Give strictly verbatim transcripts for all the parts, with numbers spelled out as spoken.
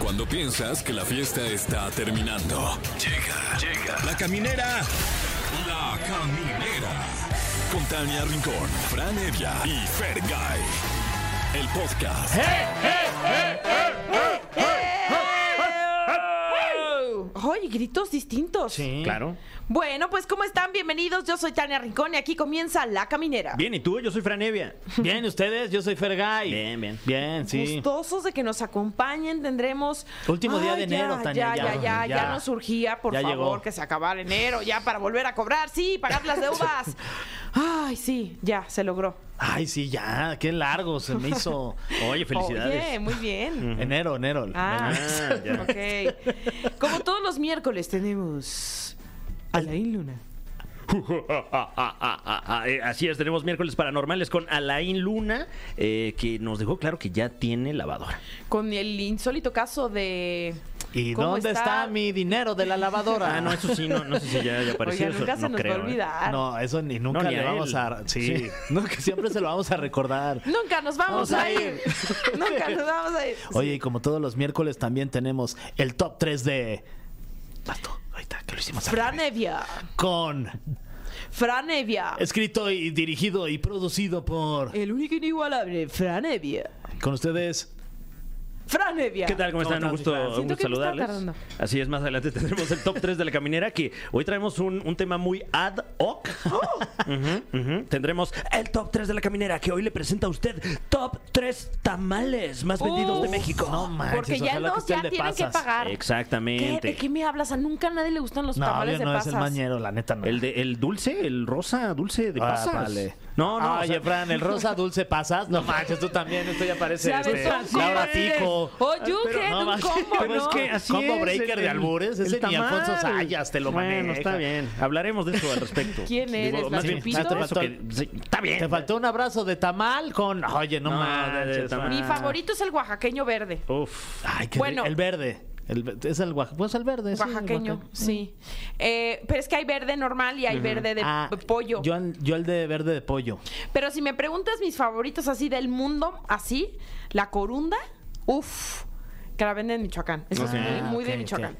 Cuando piensas que la fiesta está terminando. Llega, llega. La Caminera. La Caminera. Con Tania Rincón, Fran Evia y Fergay. El podcast. ¡Hey, hey, hey, hey, hey, hey, hey! ¡Ay, gritos distintos! Sí. Claro. Bueno, pues ¿cómo están? Bienvenidos. Yo soy Tania Rincón y aquí comienza La Caminera. Bien, ¿y tú? Yo soy Fran Evia. Bien, ¿ustedes? Yo soy Fergay. Bien, bien. Bien, sí. Gustosos de que nos acompañen. Tendremos... Último día Ay, de enero, ya, Tania, Ya, ya, ya, ya, ya, ya. nos surgía, por Ya favor, llegó. que se acabara enero, ya para volver a cobrar. Sí, pagar las deudas. Ay, sí, ya, se logró. Ay, sí, ya, qué largo se me hizo. Oye, felicidades. Oye, muy bien. Enero, enero. Ah, Ah, ya. ok. Como todos los miércoles tenemos... Alain Luna. Eh, Así es, tenemos miércoles paranormales con Alain Luna, eh, que nos dejó claro que ya tiene lavadora. Con el insólito caso de... ¿Y ¿Cómo dónde está? mi dinero de la lavadora? Ah, no, eso sí, no, no sé si ya, ya apareció. Oiga, nunca eso se no nos creo, va a ¿eh? olvidar. No, eso ni nunca No, ni le a vamos él. a... Sí, Sí. nunca, siempre se lo vamos a recordar. Nunca nos vamos, Vamos a a ir. Nunca nos vamos a ir. Oye, y como todos los miércoles también tenemos el top tres de... Basto, ahorita que lo hicimos al Fran revés. Evia. Con... Fran Evia. Escrito y dirigido y producido por... El único inigualable, Fran Evia. Con ustedes... Fran Evia. ¿Qué tal? ¿Cómo están? Un ¿Cómo estás, gusto, mi Fran? un Siento gusto que me está saludarles. tardando. Así es, más adelante tendremos el top tres de la caminera, que hoy traemos un, un tema muy ad hoc. Ujú, ujú. Tendremos el top tres de la caminera, que hoy le presenta a usted top tres tamales más vendidos de Uf. México. No manches, Porque ya ojalá que dos esté el ya de tienen que pasas. pagar. ¿Qué, Exactamente. ¿De qué me hablas? A nunca a nadie le gustan los No, tamales yo de no pasas. es el mañero, la neta no. El de el dulce, el rosa dulce de Ah, pasas. vale. No, no. o Oye, sea, Fran, el rosa dulce pasas. No manches, tú también. Esto ya parece ¿Sabes? este, Son Laura combos. Pico. Oye, ¿qué? no De un manches, combo, pero ¿no? es que así Combo es, breaker el- de albures, ese el ni Alfonso tamal. Sayas te lo Bueno, maneja. está bien. Hablaremos de eso al respecto. ¿Quién eres, más la bien, Chupito? más te Te faltó que- sí, está bien. Te faltó un abrazo de tamal con... Oye, no, No, manches. de- de tamal. Mi favorito es el oaxaqueño verde. Uf. Ay, qué Bueno. rico. El verde. El, es el oaxaqueño. Pues el verde, sí, el Oaxaqueño, oaxaqueño. sí. Eh, pero es que hay verde normal y hay verde de Ah, pollo. Yo, el- yo el de verde de pollo. Pero si me preguntas mis favoritos así del mundo, así, la corunda, uff, que la venden en Michoacán. Eso Ok. es muy, muy Ok, de ok. Michoacán.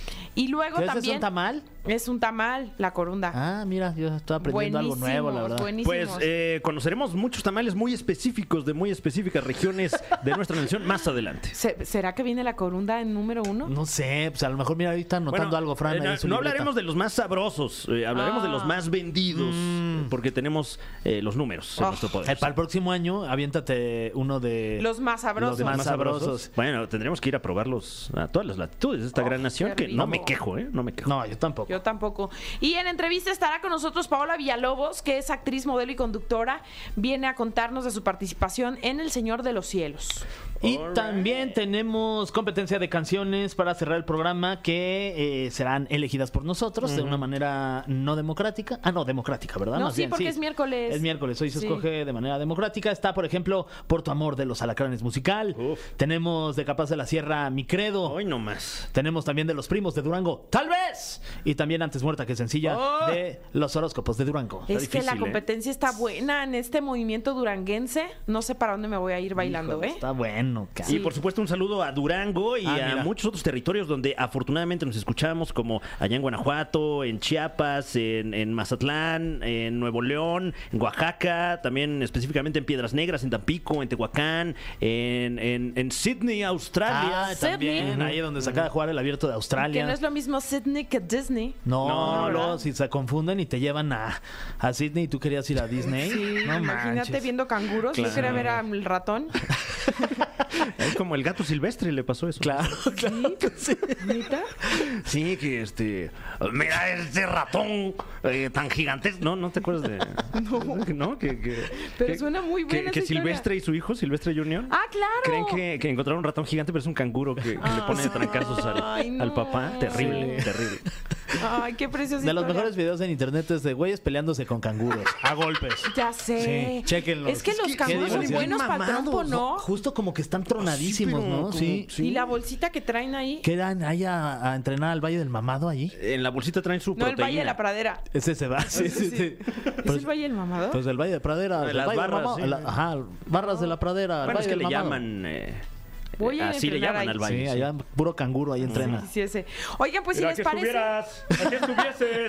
Y luego ¿Qué es también un tamal? es un tamal, la corunda. Ah, mira, yo estoy aprendiendo algo nuevo, la verdad. Buenísimos. Pues eh, conoceremos muchos tamales muy específicos de muy específicas regiones de nuestra nación más adelante. Se- ¿Será que viene la corunda en número uno? No sé, pues a lo mejor, mira, ahorita anotando Bueno, algo, Fran. eh, ahí no en su no libreta. hablaremos de los más sabrosos, eh, hablaremos Ah. de los más vendidos, Mm. porque tenemos eh, los números en Oh. nuestro poder. Eh, para el próximo año, aviéntate uno de... Los más sabrosos. Los más sabrosos. Bueno, tendremos que ir a probarlos a todas las latitudes de esta Oh, gran nación, qué que no rico. me quejo, ¿eh? No me quejo. No, yo tampoco. Yo tampoco. Y en entrevista estará con nosotros Paola Villalobos, que es actriz, modelo y conductora. Viene a contarnos de su participación en El Señor de los Cielos. Y Alright. también tenemos competencia de canciones para cerrar el programa que eh, serán elegidas por nosotros de una manera no democrática. Ah, no, democrática, ¿verdad? No, Más sí, bien, porque es miércoles. Es miércoles, hoy se Sí. escoge de manera democrática. Está, por ejemplo, Por tu amor de los Alacranes musical. Uf. Tenemos de Capaz de la Sierra Mi Credo. Hoy no más. Tenemos también de Los Primos de Durango, Tal vez. Y también Antes muerta que sencilla Oh. de Los Horóscopos de Durango. Es que la difícil, ¿eh? competencia está buena en este movimiento duranguense. No sé para dónde me voy a ir bailando, Híjole, ¿eh? Está bueno, cara. Y por supuesto un saludo a Durango y Ah, a mira. muchos otros territorios donde afortunadamente nos escuchamos, como allá en Guanajuato, en Chiapas, en, en Mazatlán, en Nuevo León, en Oaxaca, también específicamente en Piedras Negras, en Tampico, en Tehuacán, en, en, en Sydney, Australia. Ah, Sydney. también, ahí donde se acaba de jugar el Abierto de Australia. Que no es lo mismo Sydney que Disney. No, No, no, ¿verdad? si se confunden y te llevan a, a Sydney y tú querías ir a Disney. Sí, no imagínate manches. viendo canguros. Yo Claro. quería ver al ratón. Es como el gato silvestre le pasó eso. Claro, claro. que sí. ¿Neta? Sí, que este. Mira este ratón eh, tan gigante. No, no te acuerdas de. No. ¿No? Que, que- Pero que- suena muy buena Que, que esa historia. Silvestre y su hijo, Silvestre Junior Ah, claro. creen que, que encontraron un ratón gigante, pero es un canguro que, que le pone de trancazos al, Ay, no. al papá. Terrible, terrible. Ay, qué preciosa De los historia. mejores videos en internet es de güeyes peleándose con canguros a golpes. Ya sé. Sí, chéquenlos. Es que Es los que- canguros qué son diversión. buenos para el trompo, Mamados, ¿no? Justo como que están tronadísimos, Sí, pero ¿no? como- Sí. sí. Y la bolsita que traen ahí. ¿Quedan ahí a, a entrenar al Valle del Mamado allí? En la bolsita traen su No, el proteína. Valle de la Pradera. Ese se va. Sí, sí, sí. ¿Es Pues, el Valle del Mamador? pues el Valle de Pradera. De el las Valle del barras, Mamado, sí. la- ajá, barras de la Pradera. el Bueno, es Valle que del le Mamado. llaman... eh, Voy a Así le entrenar llaman ahí. al baile. Sí, sí. allá puro canguro ahí entrena. Sí, sí, ese. Oigan, pues Mira, si les que parece. estuvieras, aquí estuvieses.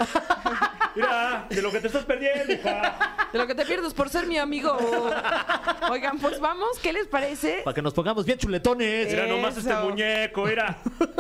Mira, de lo que te estás perdiendo, hija. De lo que te pierdes por ser mi amigo. Oigan, pues vamos, ¿qué les parece? Para que nos pongamos bien chuletones. Mira nomás Eso. este muñeco, mira.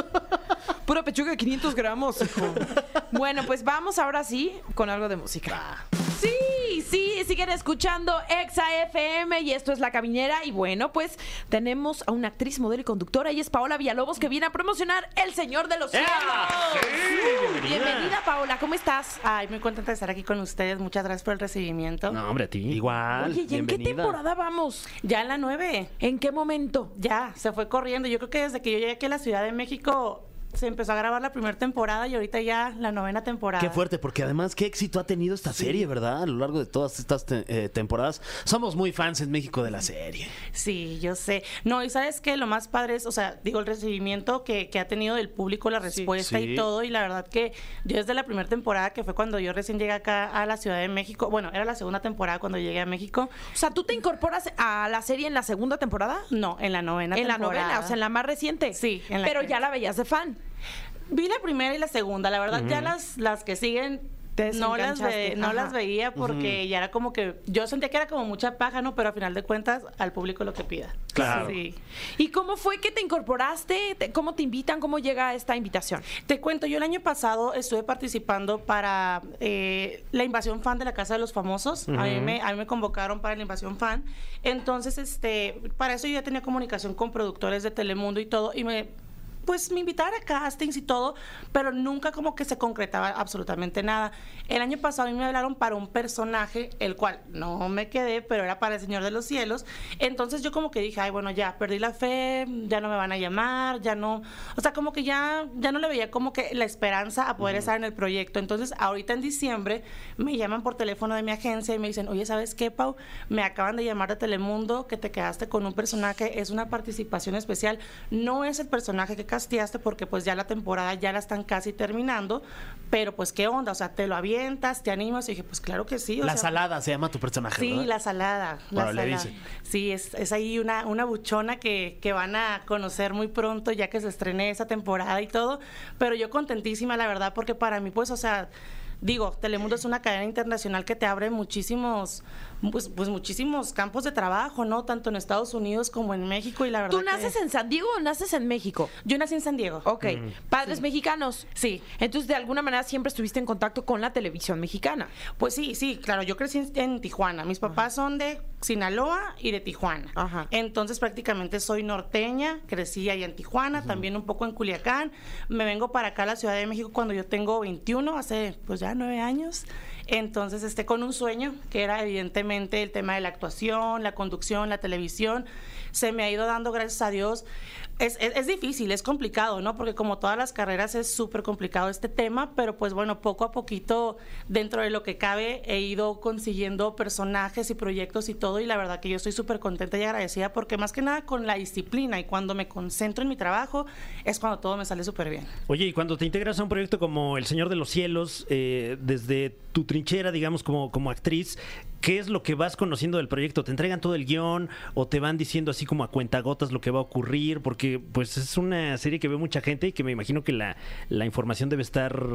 Pura pechuga de quinientos gramos, hijo. Bueno, pues vamos ahora sí con algo de música. Sí, sí, siguen escuchando Exa F M y esto es La Caminera. Y bueno, pues tenemos a una actriz, modelo y conductora. Ella es Paola Villalobos, que viene a promocionar El Señor de los Cielos. Sí, bienvenida. Bienvenida, Paola, ¿cómo estás? Ay, muy contenta de estar aquí con ustedes. Muchas gracias por el recibimiento. No, hombre, a ti. Igual. Oye, ¿y en qué bienvenida. temporada vamos? Ya en la nueve. ¿En qué momento? Ya, se fue corriendo. Yo creo que desde que yo llegué aquí a la Ciudad de México se empezó a grabar la primera temporada y ahorita ya la novena temporada. Qué fuerte, porque además qué éxito ha tenido esta serie, ¿verdad? A lo largo de todas estas te- eh, temporadas. Somos muy fans en México de la serie. Sí, yo sé. No, y sabes que lo más padre es, o sea, digo, el recibimiento que, que ha tenido del público, la respuesta Sí. y todo. Y la verdad que yo desde la primera temporada, que fue cuando yo recién llegué acá a la Ciudad de México, bueno, era la segunda temporada cuando llegué a México. O sea, ¿tú te incorporas a la serie en la segunda temporada? No, en la novena En la temporada. novena, o sea, en la más reciente. Sí, en la Pero que- ya la veías de fan. Vi la primera y la segunda, la verdad, ya las, las que siguen Te no las, ve- desenganchaste, no ajá. las veía porque ya era como que, yo sentía que era como mucha paja, ¿no? Pero a final de cuentas, al público lo que pida. Claro. Sí. ¿Y cómo fue que te incorporaste? Te- ¿Cómo te invitan? ¿Cómo llega esta invitación? Te cuento, yo el año pasado estuve participando para eh, la Invasión Fan de la Casa de los Famosos. a, mí me, a mí me convocaron para la Invasión Fan. Entonces, este, para eso yo ya tenía comunicación con productores de Telemundo y todo, y me pues me invitaron a castings y todo, pero nunca como que se concretaba absolutamente nada. El año pasado a mí me hablaron para un personaje, el cual no me quedé, pero era para el Señor de los Cielos. Entonces yo como que dije, ay, bueno, ya perdí la fe, ya no me van a llamar, ya no, o sea, como que ya, ya no le veía como que la esperanza a poder estar en el proyecto. Entonces ahorita en diciembre me llaman por teléfono de mi agencia y me dicen, oye, ¿sabes qué, Pau? Me acaban de llamar de Telemundo que te quedaste con un personaje, es una participación especial, no es el personaje que casteaste porque pues ya la temporada ya la están casi terminando, pero pues qué onda, o sea, te lo avientas, te animas, y dije, pues claro que sí. O La sea, salada se llama tu personaje, sí, ¿verdad? la salada. La Bueno, le salada. dicen. Sí, es, es ahí una, una buchona que, que van a conocer muy pronto, ya que se estrene esa temporada y todo, pero yo contentísima, la verdad, porque para mí, pues, o sea, digo, Telemundo es una cadena internacional que te abre muchísimos, pues, pues muchísimos campos de trabajo, ¿no? Tanto en Estados Unidos como en México, y la verdad ¿Tú naces que- en San Diego o naces en México? Yo nací en San Diego. Ok. ¿Padres mexicanos? Sí. Entonces, de alguna manera siempre estuviste en contacto con la televisión mexicana. Pues sí, sí, claro, yo crecí en, en Tijuana. Mis papás son de Sinaloa y de Tijuana. Ajá. Entonces prácticamente soy norteña, crecí ahí en Tijuana, también un poco en Culiacán. Me vengo para acá a la Ciudad de México cuando yo tengo veintiuno, hace pues ya nueve años. Entonces, este, con un sueño, que era evidentemente el tema de la actuación, la conducción, la televisión. Se me ha ido dando, gracias a Dios. Es, es, es difícil, es complicado, ¿no? Porque como todas las carreras es súper complicado este tema, pero pues bueno, poco a poquito, dentro de lo que cabe, he ido consiguiendo personajes y proyectos y todo, y la verdad que yo estoy súper contenta y agradecida porque más que nada con la disciplina y cuando me concentro en mi trabajo es cuando todo me sale súper bien. Oye, y cuando te integras a un proyecto como El Señor de los Cielos, eh, desde tu trinchera, digamos, como, como actriz, ¿qué es lo que vas conociendo del proyecto? ¿Te entregan todo el guión o te van diciendo así como a cuentagotas lo que va a ocurrir? Porque pues es una serie que ve mucha gente y que me imagino que la, la información debe estar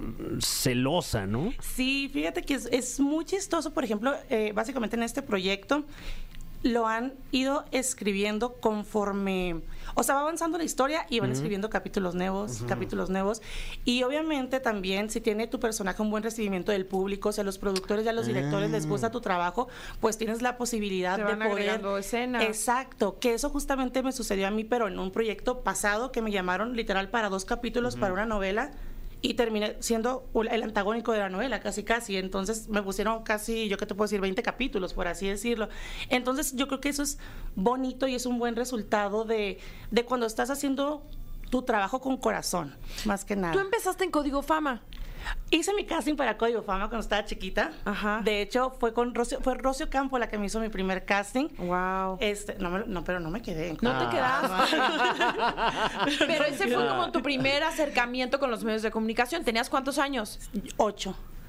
celosa, ¿no? Sí, fíjate que es, es muy chistoso, por ejemplo, eh, básicamente en este proyecto lo han ido escribiendo conforme, o sea, va avanzando la historia y van uh-huh. escribiendo capítulos nuevos, uh-huh. capítulos nuevos, y obviamente también si tiene tu personaje un buen recibimiento del público, si a los productores y a los directores uh-huh. les gusta tu trabajo, pues tienes la posibilidad Te van de poder... agregando escenas. Exacto, que eso justamente me sucedió a mí, pero en un proyecto pasado que me llamaron literal para dos capítulos uh-huh. para una novela, y terminé siendo el antagónico de la novela, casi casi. Entonces me pusieron casi, yo qué te puedo decir, veinte capítulos, por así decirlo. Entonces yo creo que eso es bonito y es un buen resultado de, de cuando estás haciendo tu trabajo con corazón, más que nada. Tú empezaste en Código Fama. Hice mi casting para Código Fama cuando estaba chiquita. Ajá. De hecho, fue con Rocio, fue Rocio Campo la que me hizo mi primer casting. Wow. Este, no, me, no pero no me quedé. En no ah. te quedaste. Pero ese fue como tu primer acercamiento con los medios de comunicación. ¿Tenías cuántos años? Ocho.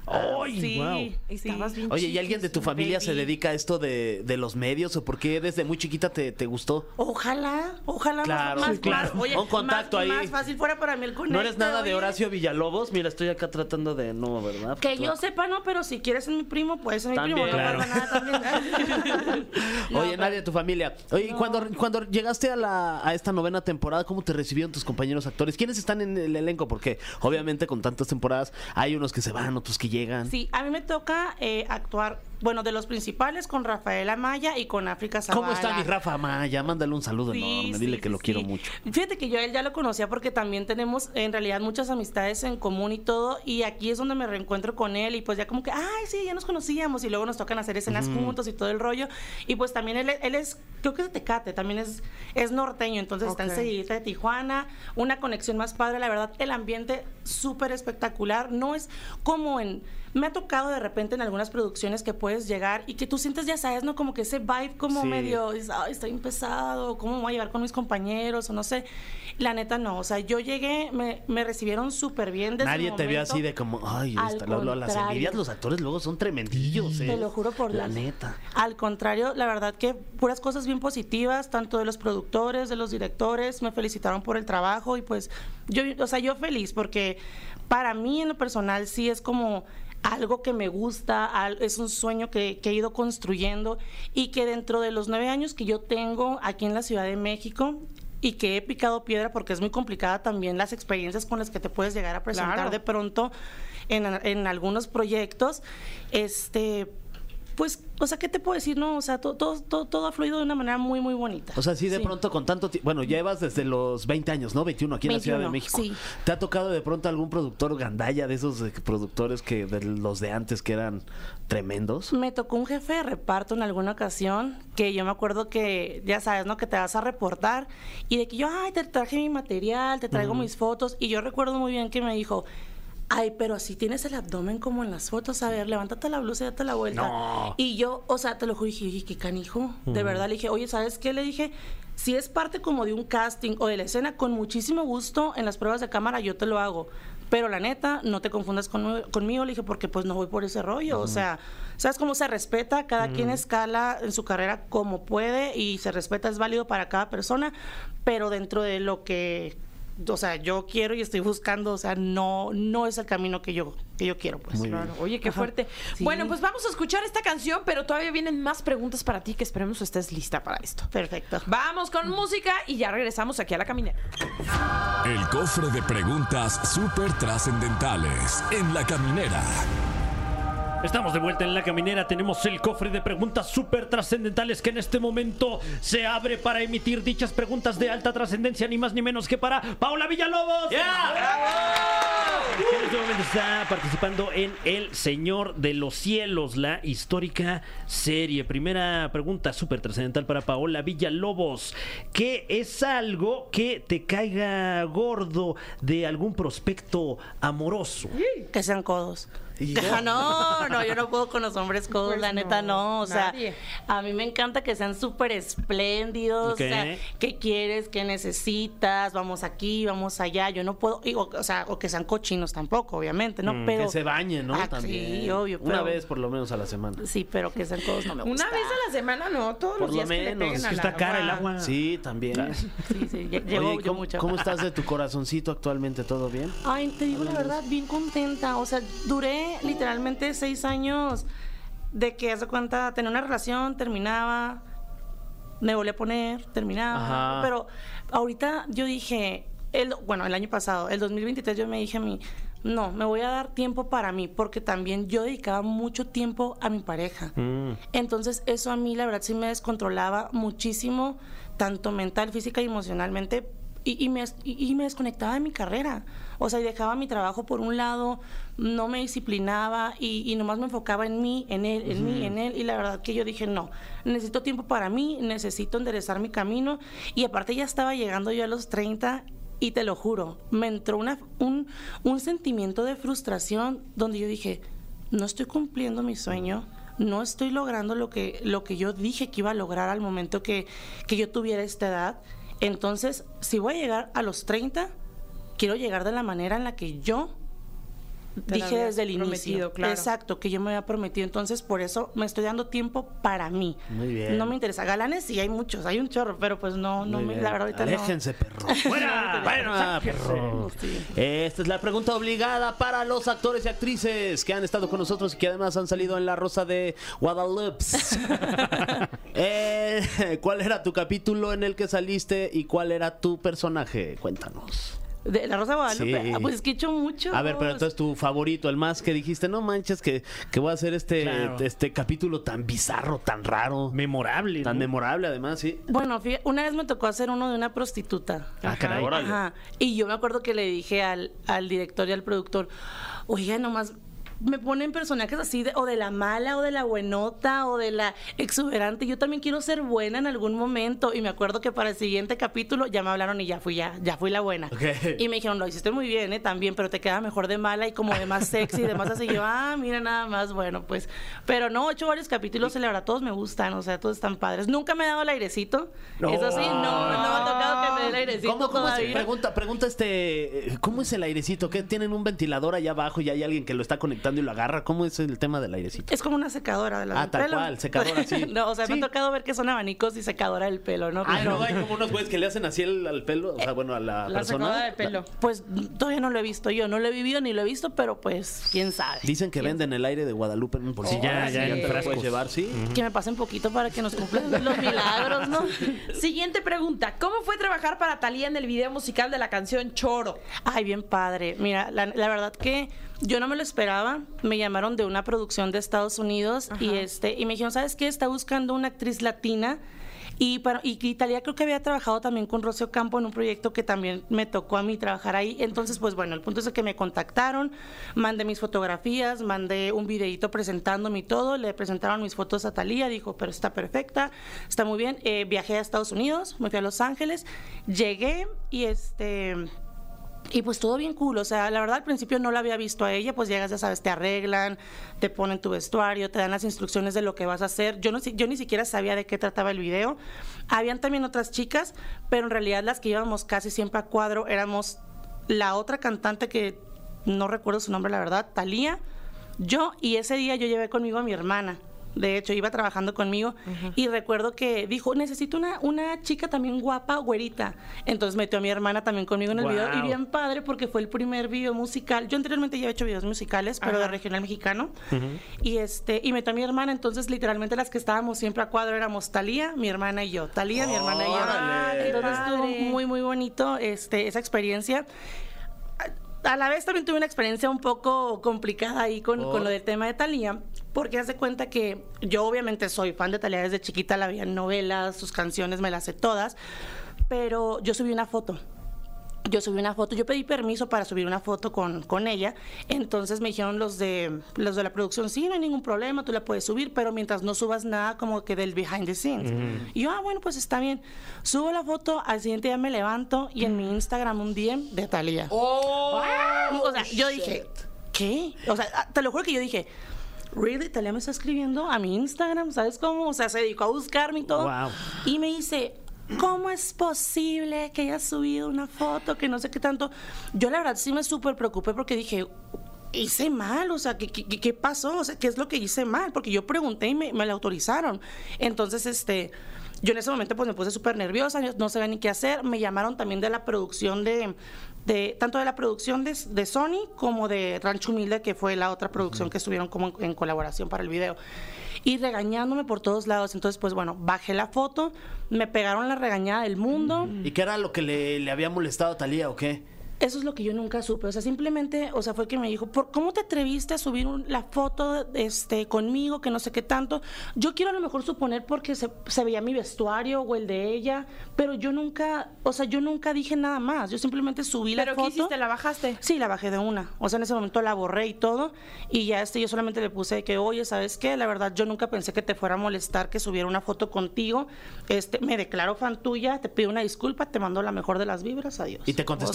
¡Ay, Sí, wow! sí. Estabas bien Oye, ¿y alguien de tu Sí, familia se baby. dedica a esto de, de los medios o por qué desde muy chiquita te, te gustó? Ojalá, ojalá Claro, más, sí, claro. más, oye, Un contacto más, ahí. más fácil fuera para mí el conecte. ¿No eres nada de oye. Horacio Villalobos? Mira, estoy acá tratando de... No, ¿verdad? Que yo sepa, no, pero si quieres ser mi primo, puedes ser mi También. primo, no Claro. pasa nada también. No, Oye, pero- nadie de tu familia. Oye, No. cuando, cuando llegaste a, la, a esta novena temporada, ¿cómo te recibieron tus compañeros actores? ¿Quiénes están en el elenco? Porque obviamente con tantas temporadas hay unos que se van, otros que llegan. Sí, a mí me toca eh, actuar, bueno, de los principales con Rafael Amaya y con África Zavala. ¿Cómo está mi Rafa Maya? Mándale un saludo Sí, enorme, sí, dile que sí, lo quiero sí. mucho. Fíjate que yo a él ya lo conocía porque también tenemos en realidad muchas amistades en común y todo, y aquí es donde me reencuentro con él y pues ya como que, ay, sí, ya nos conocíamos y luego nos tocan hacer escenas juntos y todo el rollo, y pues también él, él es, creo que es de Tecate, también es, es norteño, entonces Ok. está enseguida de Tijuana, una conexión más padre, la verdad, el ambiente súper espectacular, no es como en... Me ha tocado de repente en algunas producciones que puedes llegar y que tú sientes, ya sabes, ¿no? Como que ese vibe como Sí. medio, es, ay, estoy empezado, ¿cómo me voy a llevar con mis compañeros? O no sé. La neta no, o sea, yo llegué, me, me recibieron súper bien desde Nadie el te ve momento. así de como, ay, Al esta, lo- lo- las contrario. envidias, los actores luego son tremendillos, eh. Te lo juro por la Dios. neta. Al contrario, la verdad que puras cosas bien positivas, tanto de los productores, de los directores, me felicitaron por el trabajo y pues yo, o sea, yo feliz porque para mí en lo personal sí es como algo que me gusta, al- es un sueño que, que he ido construyendo y que dentro de los nueve años que yo tengo aquí en la Ciudad de México y que he picado piedra porque es muy complicada también las experiencias con las que te puedes llegar a presentar Claro. de pronto en, en algunos proyectos, este... Pues, o sea, ¿qué te puedo decir? No, o sea, todo, todo, todo, todo ha fluido de una manera muy, muy bonita. O sea, sí, de Sí. pronto con tanto tiempo. Bueno, llevas desde los veinte años, ¿no? veintiuno aquí en la Ciudad de veintiuno, México. sí. ¿Te ha tocado de pronto algún productor gandalla de esos eh, productores que de los de antes que eran tremendos? Me tocó un jefe de reparto en alguna ocasión que yo me acuerdo que, ya sabes, ¿no? Que te vas a reportar y de que yo, ay, te traje mi material, te traigo mis fotos. Y yo recuerdo muy bien que me dijo, ay, pero así tienes el abdomen como en las fotos, a ver, levántate la blusa y date la vuelta. No. Y yo, o sea, te lo juro, dije, "Oye, qué canijo". De verdad, le dije, oye, ¿sabes qué? Le dije, si es parte como de un casting o de la escena, con muchísimo gusto en las pruebas de cámara yo te lo hago. Pero la neta, no te confundas conmigo, conmigo, le dije, porque pues no voy por ese rollo. O sea, ¿sabes cómo se respeta? Cada quien escala en su carrera como puede y se respeta, es válido para cada persona, pero dentro de lo que, o sea, yo quiero y estoy buscando, o sea, no, no es el camino que yo, que yo quiero, pues. Muy bien. Claro. Oye, qué Ajá. fuerte. Sí. Bueno, pues vamos a escuchar esta canción, pero todavía vienen más preguntas para ti que esperemos estés lista para esto. Perfecto. Vamos con música y ya regresamos aquí a La Caminera. El cofre de preguntas súper trascendentales en La Caminera. Estamos de vuelta en La Caminera, tenemos el cofre de preguntas súper trascendentales que en este momento se abre para emitir dichas preguntas de alta trascendencia, ni más ni menos que para Paola Villalobos. Que en este momento está participando en El Señor de los Cielos, la histórica serie. Primera pregunta súper trascendental para Paola Villalobos. ¿Qué es algo que te caiga gordo de algún prospecto amoroso? Que sean codos. Y- No, no, yo no puedo con los hombres codos, Pues la neta no, no, o sea, nadie. a mí me encanta que sean súper espléndidos, Ok. o sea, ¿qué quieres? ¿Qué necesitas? Vamos aquí, vamos allá, yo no puedo, y, o, o sea, o que sean cochinos tampoco, obviamente, ¿no? Mm, pero Que se bañen, ¿no? Ah, También. sí, obvio, Una pero- vez por lo menos a la semana. Sí, pero que sean codos no me gusta. Una vez a la semana, no, todos Por los lo días que le menos, peguen es al que está cara el agua. Sí, también. Sí, sí, lle- llevo Oye, yo ¿cómo, mucho. ¿cómo estás de tu corazoncito actualmente? ¿Todo bien? Ay, te digo la verdad, bien contenta. O sea, duré literalmente seis años de que, haz de cuenta, tenía una relación, terminaba, me volví a poner, terminaba. Ajá. Pero ahorita yo dije, el, bueno, el año pasado, el dos mil veintitrés, yo me dije a mí, no, me voy a dar tiempo para mí, porque también yo dedicaba mucho tiempo a mi pareja. Mm. Entonces, eso a mí, la verdad, sí me descontrolaba muchísimo, tanto mental, física y emocionalmente. Y, y me, y, y me desconectaba de mi carrera. O sea, y dejaba mi trabajo por un lado, no me disciplinaba y, y nomás me enfocaba en mí, en él, en mí, en él. Y la verdad que yo dije, no, necesito tiempo para mí, necesito enderezar mi camino. Y aparte ya estaba llegando yo a los treinta y te lo juro, me entró una, un, un sentimiento de frustración donde yo dije, no estoy cumpliendo mi sueño. No estoy logrando lo que, lo que yo dije que iba a lograr al momento que, que yo tuviera esta edad. Entonces, si voy a llegar a los treinta, quiero llegar de la manera en la que yo Te lo dije habías desde el prometido, inicio. claro. Exacto, que yo me había prometido. Entonces, por eso me estoy dando tiempo para mí. Muy bien. No me interesa. Galanes sí hay muchos, hay un chorro, pero pues no, no Muy me, bien. la verdad ahorita Aléjense, perro. ¡Fuera! Fuera, perro. Sí. Esta es la pregunta obligada para los actores y actrices que han estado con nosotros y que además han salido en La Rosa de Guadalupe. eh, ¿Cuál era tu capítulo en el que saliste y cuál era tu personaje? Cuéntanos. De La Rosa de Guadalupe. Sí. Ah, pues es que he hecho mucho. A ver, pero entonces tu favorito, el más que dijiste, no manches, que, que voy a hacer este, Claro. este capítulo tan bizarro, tan raro, Memorable. tan ¿no? memorable además, sí. Bueno, fíjate, una vez me tocó hacer uno de una prostituta. Ah, caray. Órale. Ajá. Y yo me acuerdo que le dije al, al director y al productor, oiga, nomás me ponen personajes así de, o de la mala o de la buenota o de la exuberante. Yo también quiero ser buena en algún momento. Y me acuerdo que para el siguiente capítulo ya me hablaron y ya fui ya, ya fui la buena. Ok. Y me dijeron, lo hiciste muy bien, ¿eh? También, pero te queda mejor de mala y como de más sexy, de más así. Y yo, ah, mira, nada más, bueno, pues. Pero no, he hecho varios capítulos y la verdad todos me gustan, o sea, todos están padres. Nunca me he dado el airecito. No. Eso sí, no, no me ha tocado que me dé el airecito ¿Cómo, cómo es? todavía. Pregunta, pregunta este, eh, ¿cómo es el airecito? ¿Qué tienen un ventilador allá abajo y hay alguien que lo está conectando y lo agarra? ¿Cómo es el tema del airecito? Es como una secadora de la Ah, del tal pelo. cual, secadora, sí. No, o sea, me Sí. ha tocado ver que son abanicos y secadora del pelo, ¿no? Ah, Pero- no, hay como unos güeyes que le hacen así el- al pelo, o sea, bueno, a la, La persona. secadora de pelo. Pues todavía no lo he visto yo, no lo he vivido ni lo he visto, pero pues quién sabe. Dicen que venden el aire de Guadalupe en un bolsillo. ya, ya, te en lo frascos. puedes llevar, sí. Que me pasen poquito para que nos cumplan los milagros, ¿no? Siguiente pregunta. ¿Cómo fue trabajar para Thalía en el video musical de la canción Choro? Ay, bien padre. Mira, la, la verdad que yo no me lo esperaba. Me llamaron de una producción de Estados Unidos y este y me dijeron, ¿sabes qué? Está buscando una actriz latina. Y, para, y, y Thalía creo que había trabajado también con Rocío Campo en un proyecto que también me tocó a mí trabajar ahí. Entonces, pues bueno, el punto es que me contactaron, mandé mis fotografías, mandé un videíto presentándome y todo, le presentaron mis fotos a Thalía, dijo, pero está perfecta, está muy bien. Eh, viajé a Estados Unidos, me fui a Los Ángeles, llegué y este... Y pues todo bien cool, o sea, la verdad al principio no la había visto a ella, pues llegas, ya sabes, te arreglan, te ponen tu vestuario, te dan las instrucciones de lo que vas a hacer. Yo no si- yo ni siquiera sabía de qué trataba el video. Habían también otras chicas, pero en realidad las que íbamos casi siempre a cuadro éramos la otra cantante que no recuerdo su nombre, la verdad, Thalía, yo, y ese día yo llevé conmigo a mi hermana. De hecho, iba trabajando conmigo y recuerdo que dijo, necesito una, una chica también guapa, güerita. Entonces metió a mi hermana también conmigo en el video y Guau. bien padre porque fue el primer video musical. Yo anteriormente ya he hecho videos musicales, pero de regional mexicano. Y este y metió a mi hermana, entonces literalmente las que estábamos siempre a cuadro éramos Thalía, mi hermana y yo. Thalía, mi hermana y yo. ¡Órale! Entonces estuvo Padre. muy, muy bonito este, esa experiencia. A la vez también tuve una experiencia un poco complicada ahí con, ¿Por? con lo del tema de Thalía, porque haz de cuenta que yo obviamente soy fan de Thalía desde chiquita, la veía en novelas, sus canciones me las sé todas, pero yo subí una foto. Yo subí una foto, yo pedí permiso para subir una foto con, con ella, entonces me dijeron los de los de la producción, sí, no hay ningún problema, tú la puedes subir, pero mientras no subas nada como que del behind the scenes. Y yo, ah, bueno, pues está bien. Subo la foto, al siguiente día me levanto y en mi Instagram un D M de Thalía. ¡Oh! O sea, yo dije, ¿qué? O sea, te lo juro que yo dije, ¿really? Thalía me está escribiendo a mi Instagram, ¿sabes cómo? O sea, se dedicó a buscarme y todo. Wow. Y me dice, ¿cómo es posible que hayas subido una foto que no sé qué tanto? Yo la verdad sí me súper preocupé porque dije, hice mal, o sea, ¿qué, qué, qué pasó? O sea, ¿qué es lo que hice mal? Porque yo pregunté y me, me la autorizaron. Entonces, este... Yo en ese momento pues me puse súper nerviosa, yo no sabía ni qué hacer. Me llamaron también de la producción de, de tanto de la producción de, de Sony como de Rancho Humilde, que fue la otra producción que estuvieron como en, en colaboración para el video. Y regañándome por todos lados. Entonces, pues bueno, bajé la foto, me pegaron la regañada del mundo. ¿Y qué era lo que le, le había molestado a Thalía o qué? Eso es lo que yo nunca supe, o sea, simplemente, o sea, fue que me dijo, ¿por cómo te atreviste a subir un- la foto este, conmigo, que no sé qué tanto? Yo quiero a lo mejor suponer porque se, se veía mi vestuario o el de ella, pero yo nunca, o sea, yo nunca dije nada más, yo simplemente subí la ¿Pero foto. qué hiciste? ¿La bajaste? Sí, la bajé de una. O sea, en ese momento la borré y todo. Y ya este, yo solamente le puse de que, oye, ¿sabes qué? La verdad, yo nunca pensé que te fuera a molestar que subiera una foto contigo. Este, me declaro fan tuya, te pido una disculpa, te mando la mejor de las vibras, adiós. Y te contestó O sea, al final eso.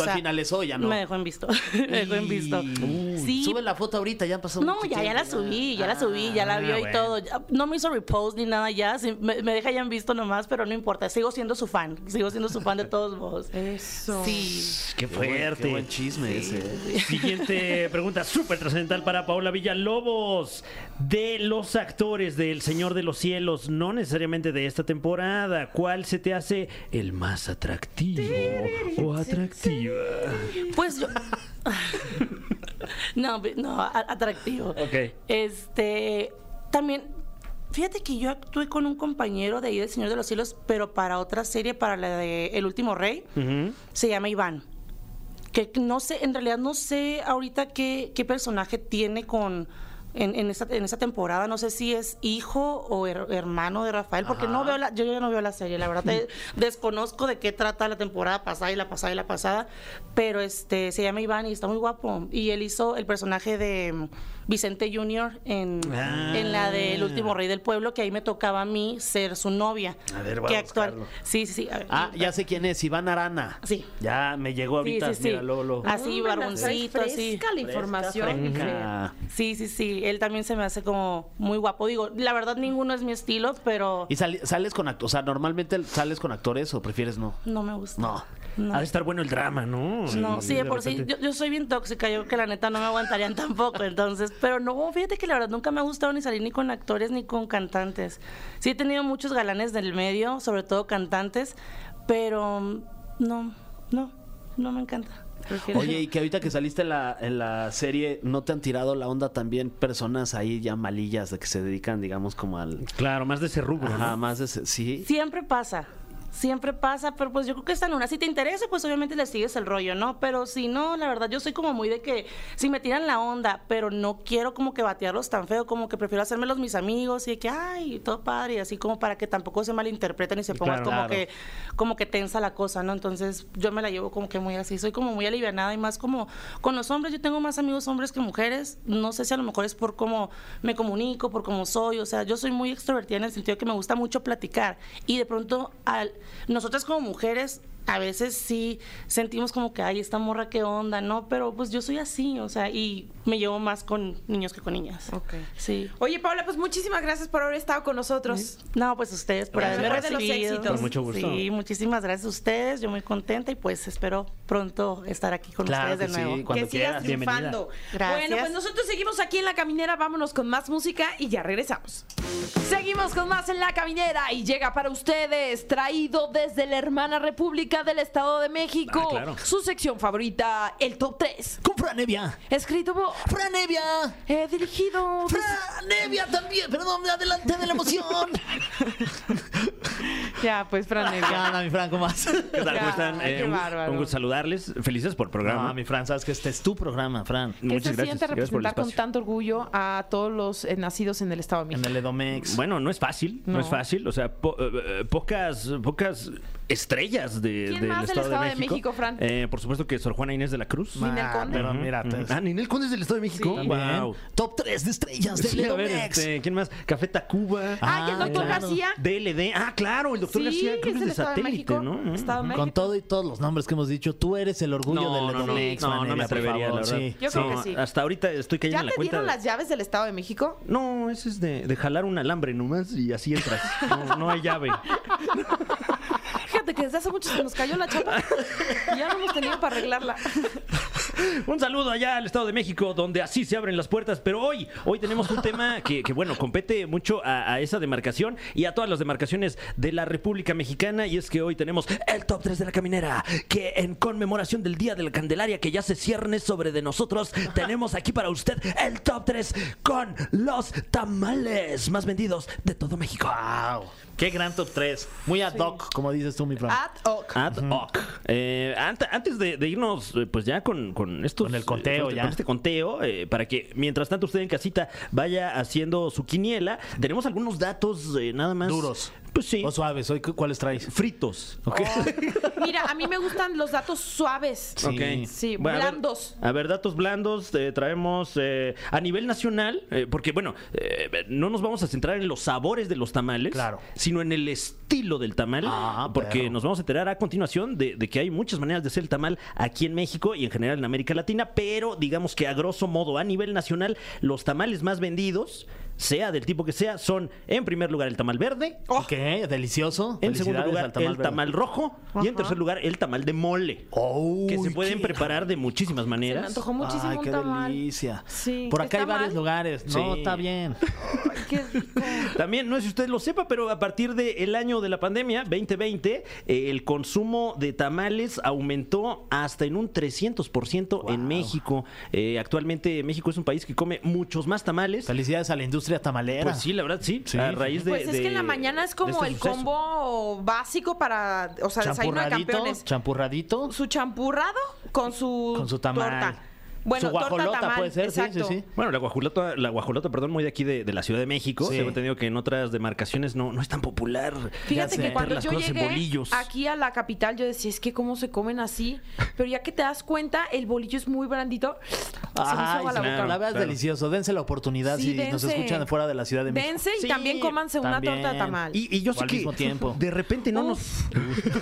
regresó, ya no. Me dejó en visto. Me dejó en visto. Uh, Sí. Sube la foto ahorita, ya pasó No, mucho ya, ya la tiempo, subí, ya la subí, ya la vio y bueno. todo. Ya- no me hizo repost ni nada ya, sí, me, me deja ya en visto nomás, pero no importa. Sigo siendo su fan, sigo siendo su fan de todos modos. Eso. Sí. Qué Qué buen- fuerte. Qué buen chisme ese. Siguiente pregunta súper trascendental para Paola Villalobos. De los actores de El Señor de los Cielos, no necesariamente de esta temporada, ¿cuál se te hace el más atractivo o atractiva? Pues yo. no, no, a- atractivo. Ok. Este. También. Fíjate que yo actué con un compañero de ahí del Señor de los Cielos, pero para otra serie, para la de El Último Rey. Ujú. Se llama Iván. Que no sé, en realidad no sé ahorita qué, qué personaje tiene con en, en, esta, en esta temporada. No sé si es hijo o her- hermano de Rafael, porque no veo la, yo ya no veo la serie, la verdad. te- desconozco de qué trata la temporada pasada y la pasada y la pasada, pero este se llama Iván y está muy guapo. Y él hizo el personaje de mm, Vicente junior en, Ah. en la de El Último Rey del Pueblo, que ahí me tocaba a mí ser su novia. A ver, voy que a actuar. buscarlo. Sí, sí, sí. a ver. Ah, ya sé quién es, Iván Arana. Sí. Ya me llegó ahorita, Sí, sí, sí. mira, luego, luego. Así, Hombre, la barboncito, traes así. fresca la información. Fresca. Sí, sí, sí. Él también se me hace como muy guapo. Digo, la verdad ninguno es mi estilo, pero ¿Y sali- sales con actores? O sea, ¿normalmente sales con actores o prefieres no? no me gusta. No. No. Ha de estar bueno el drama, ¿no? No, sí, de por sí, repente- yo, yo soy bien tóxica, yo creo que la neta no me aguantarían tampoco, entonces, pero no, fíjate que la verdad nunca me ha gustado ni salir ni con actores ni con cantantes. Sí he tenido muchos galanes del medio, sobre todo cantantes, pero no, no, no me encanta. Prefiero- Oye, y que ahorita que saliste en la, en la serie, ¿no te han tirado la onda también personas ahí ya malillas de que se dedican, digamos, como al... Claro, más de ese rubro, Ajá, ¿no? más de ese- sí. Siempre pasa. Siempre pasa, pero pues yo creo que esta en una, si te interesa, pues obviamente le sigues el rollo, ¿no? Pero si no, la verdad, yo soy como muy de que si me tiran la onda, pero no quiero como que batearlos tan feo, como que prefiero hacérmelos mis amigos y de que, ay, todo padre, y así como para que tampoco se malinterpreten y se ponga Claro, como claro. que como que tensa la cosa, ¿no? Entonces yo me la llevo como que muy así, soy como muy alivianada y más como con los hombres, yo tengo más amigos hombres que mujeres, no sé si a lo mejor es por cómo me comunico, por cómo soy, o sea, yo soy muy extrovertida en el sentido que me gusta mucho platicar y de pronto al, nosotras como mujeres a veces sí sentimos como que, ay, esta morra qué onda, ¿no? Pero pues yo soy así, o sea, y me llevo más con niños que con niñas. Ok. Sí. Oye, Paola, pues muchísimas gracias por haber estado con nosotros. No, pues ustedes por Gracias. haberme Mejor de los recibido. éxitos. Con mucho gusto. Sí, muchísimas gracias a ustedes. Yo muy contenta y pues espero pronto estar aquí con Claro ustedes de que sí, nuevo. cuando que sigas quieras, triunfando. Gracias. Bueno, pues nosotros seguimos aquí en La Caminera. Vámonos con más música y ya regresamos. Seguimos con más en La Caminera y llega para ustedes, traído desde la hermana República del Estado de México, Ah, claro. su sección favorita, el Top tres. Con Fran Evia. Escrito por... Fran Evia. eh, dirigido... Fran Evia también. Perdón, adelante de la emoción. Ya, pues, Fran ¿Qué onda, mi Fran? ¿Cómo vas? ¿Qué tal? ¿Cómo están? Ya, qué un, bárbaro. un gusto saludarles. Felices por el programa. No, mi Fran, sabes que este es tu programa, Fran. ¿Qué Muchas se gracias. siente Gracias por el representar con espacio. tanto orgullo a todos los eh, nacidos en el Estado de En México? el Edomex. Bueno, no es fácil, no, No. es fácil. O sea, po- eh, eh, pocas, pocas estrellas de, ¿Quién del más del Estado, Estado de de México. México, Fran? Eh, por supuesto que Sor Juana Inés de la Cruz. Ninel Ah, Conde. pero Ujú, mira, ujú. te- Ah, Ninel Conde es del Estado de México. También. Wow. Top tres de estrellas del Sí, a ver, Edomex. este, ¿quién más? Café Tacuba. Ah, y el doctor claro. García. D L D. Ah, claro, el doctor Sí, García creo es que del es de Estado de satélite, México. ¿no? Estado de México. Con todo y todos los nombres que hemos dicho, tú eres el orgullo No, del no, no, Edomex. no, Fran no me Evia, por atrevería, favor. la verdad. Sí. Yo creo No, que sí. Hasta ahorita estoy cayendo ¿Ya en la te cuenta. dieron de- las llaves del Estado de México? No, ese es de, de jalar un alambre nomás y así entras. No, no hay llave. Fíjate que desde hace mucho se nos cayó la chapa y ya no hemos tenido para arreglarla. Un saludo allá al Estado de México, donde así se abren las puertas. Pero hoy, hoy tenemos un tema que, que, bueno, compete mucho a, a esa demarcación y a todas las demarcaciones de la República Mexicana. Y es que hoy tenemos el Top tres de la Caminera, que en conmemoración del Día de la Candelaria, que ya se cierne sobre de nosotros, tenemos aquí para usted el Top tres con los tamales más vendidos de todo México. Wow. Qué gran top tres. Muy ad hoc, como dices tú, mi Fran. Ad hoc. Ad hoc. Eh, ant- antes de, de irnos, eh, pues ya con, con estos. Con el conteo, eh, con, ya. con este conteo, eh, para que mientras tanto usted en casita vaya haciendo su quiniela, tenemos algunos datos eh, nada más. Duros. Pues sí. ¿O suaves? ¿Hoy cu- cuáles traes? Fritos. Ok. Mira, a mí me gustan los datos suaves. Sí. Ok. Sí, Bueno, a ver- blandos. A ver, datos blandos, eh, traemos eh, a nivel nacional, eh, porque bueno, eh, no nos vamos a centrar en los sabores de los tamales, Claro. sino en el estilo del tamal, Ah, porque perro. nos vamos a enterar a continuación de, de que hay muchas maneras de hacer el tamal aquí en México y en general en América Latina, pero digamos que a grosso modo, a nivel nacional, los tamales más vendidos, sea del tipo que sea, son en primer lugar el tamal verde, Ok, delicioso. en segundo Felicidades lugar al tamal el verde. tamal rojo y en tercer lugar el tamal de mole. Oh, Que se pueden qué- preparar de muchísimas Se me maneras. antojó muchísimo Ay, un qué tamal. delicia. Sí. Por acá hay ¿Está varios mal? lugares. No, Sí. está bien. Ay, qué rico. También, no sé si usted lo sepa, pero a partir del año de la pandemia, veinte veinte, eh, el consumo de tamales aumentó hasta en un trescientos por ciento en México. Eh, actualmente México es un país que come muchos más tamales. Felicidades a la industria tamalera. Pues sí, la verdad sí. Sí. A raíz de Pues es de- que en la mañana es de como este el suceso. combo básico para, o sea, desayuno de Champurradito, campeones. champurradito. Su champurrado con su, Con su tamal. torta. Bueno, Su torta guajolota tamal, puede ser, sí, exacto. sí, sí. Bueno, la guajolota, la guajolota, perdón, muy de aquí de, de la Ciudad de México. Sí. Tengo entendido que en otras demarcaciones no, no es tan popular. Fíjate sé. que cuando Las yo cosas en llegué bolillos. aquí a la capital, yo decía, es que cómo se comen así. Pero ya que te das cuenta, el bolillo es muy blandito. Se me hizo Ay, agua la sí, boca. la verdad es Claro. delicioso. Dense la oportunidad Sí, si nos dense. escuchan de fuera de la Ciudad de México. Dense y Sí, también cómanse una también. torta de tamal. Y, y yo O sé al que mismo tiempo. de repente no nos Uf.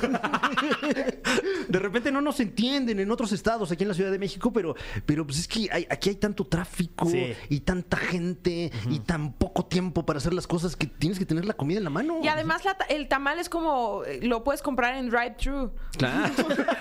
de repente no nos entienden en otros estados aquí en la Ciudad de México, pero pero pues es que hay- aquí hay tanto tráfico Sí. y tanta gente y tan poco tiempo para hacer las cosas que tienes que tener la comida en la mano. Y además la ta- el tamal es como, eh, lo puedes comprar en drive-thru. Claro.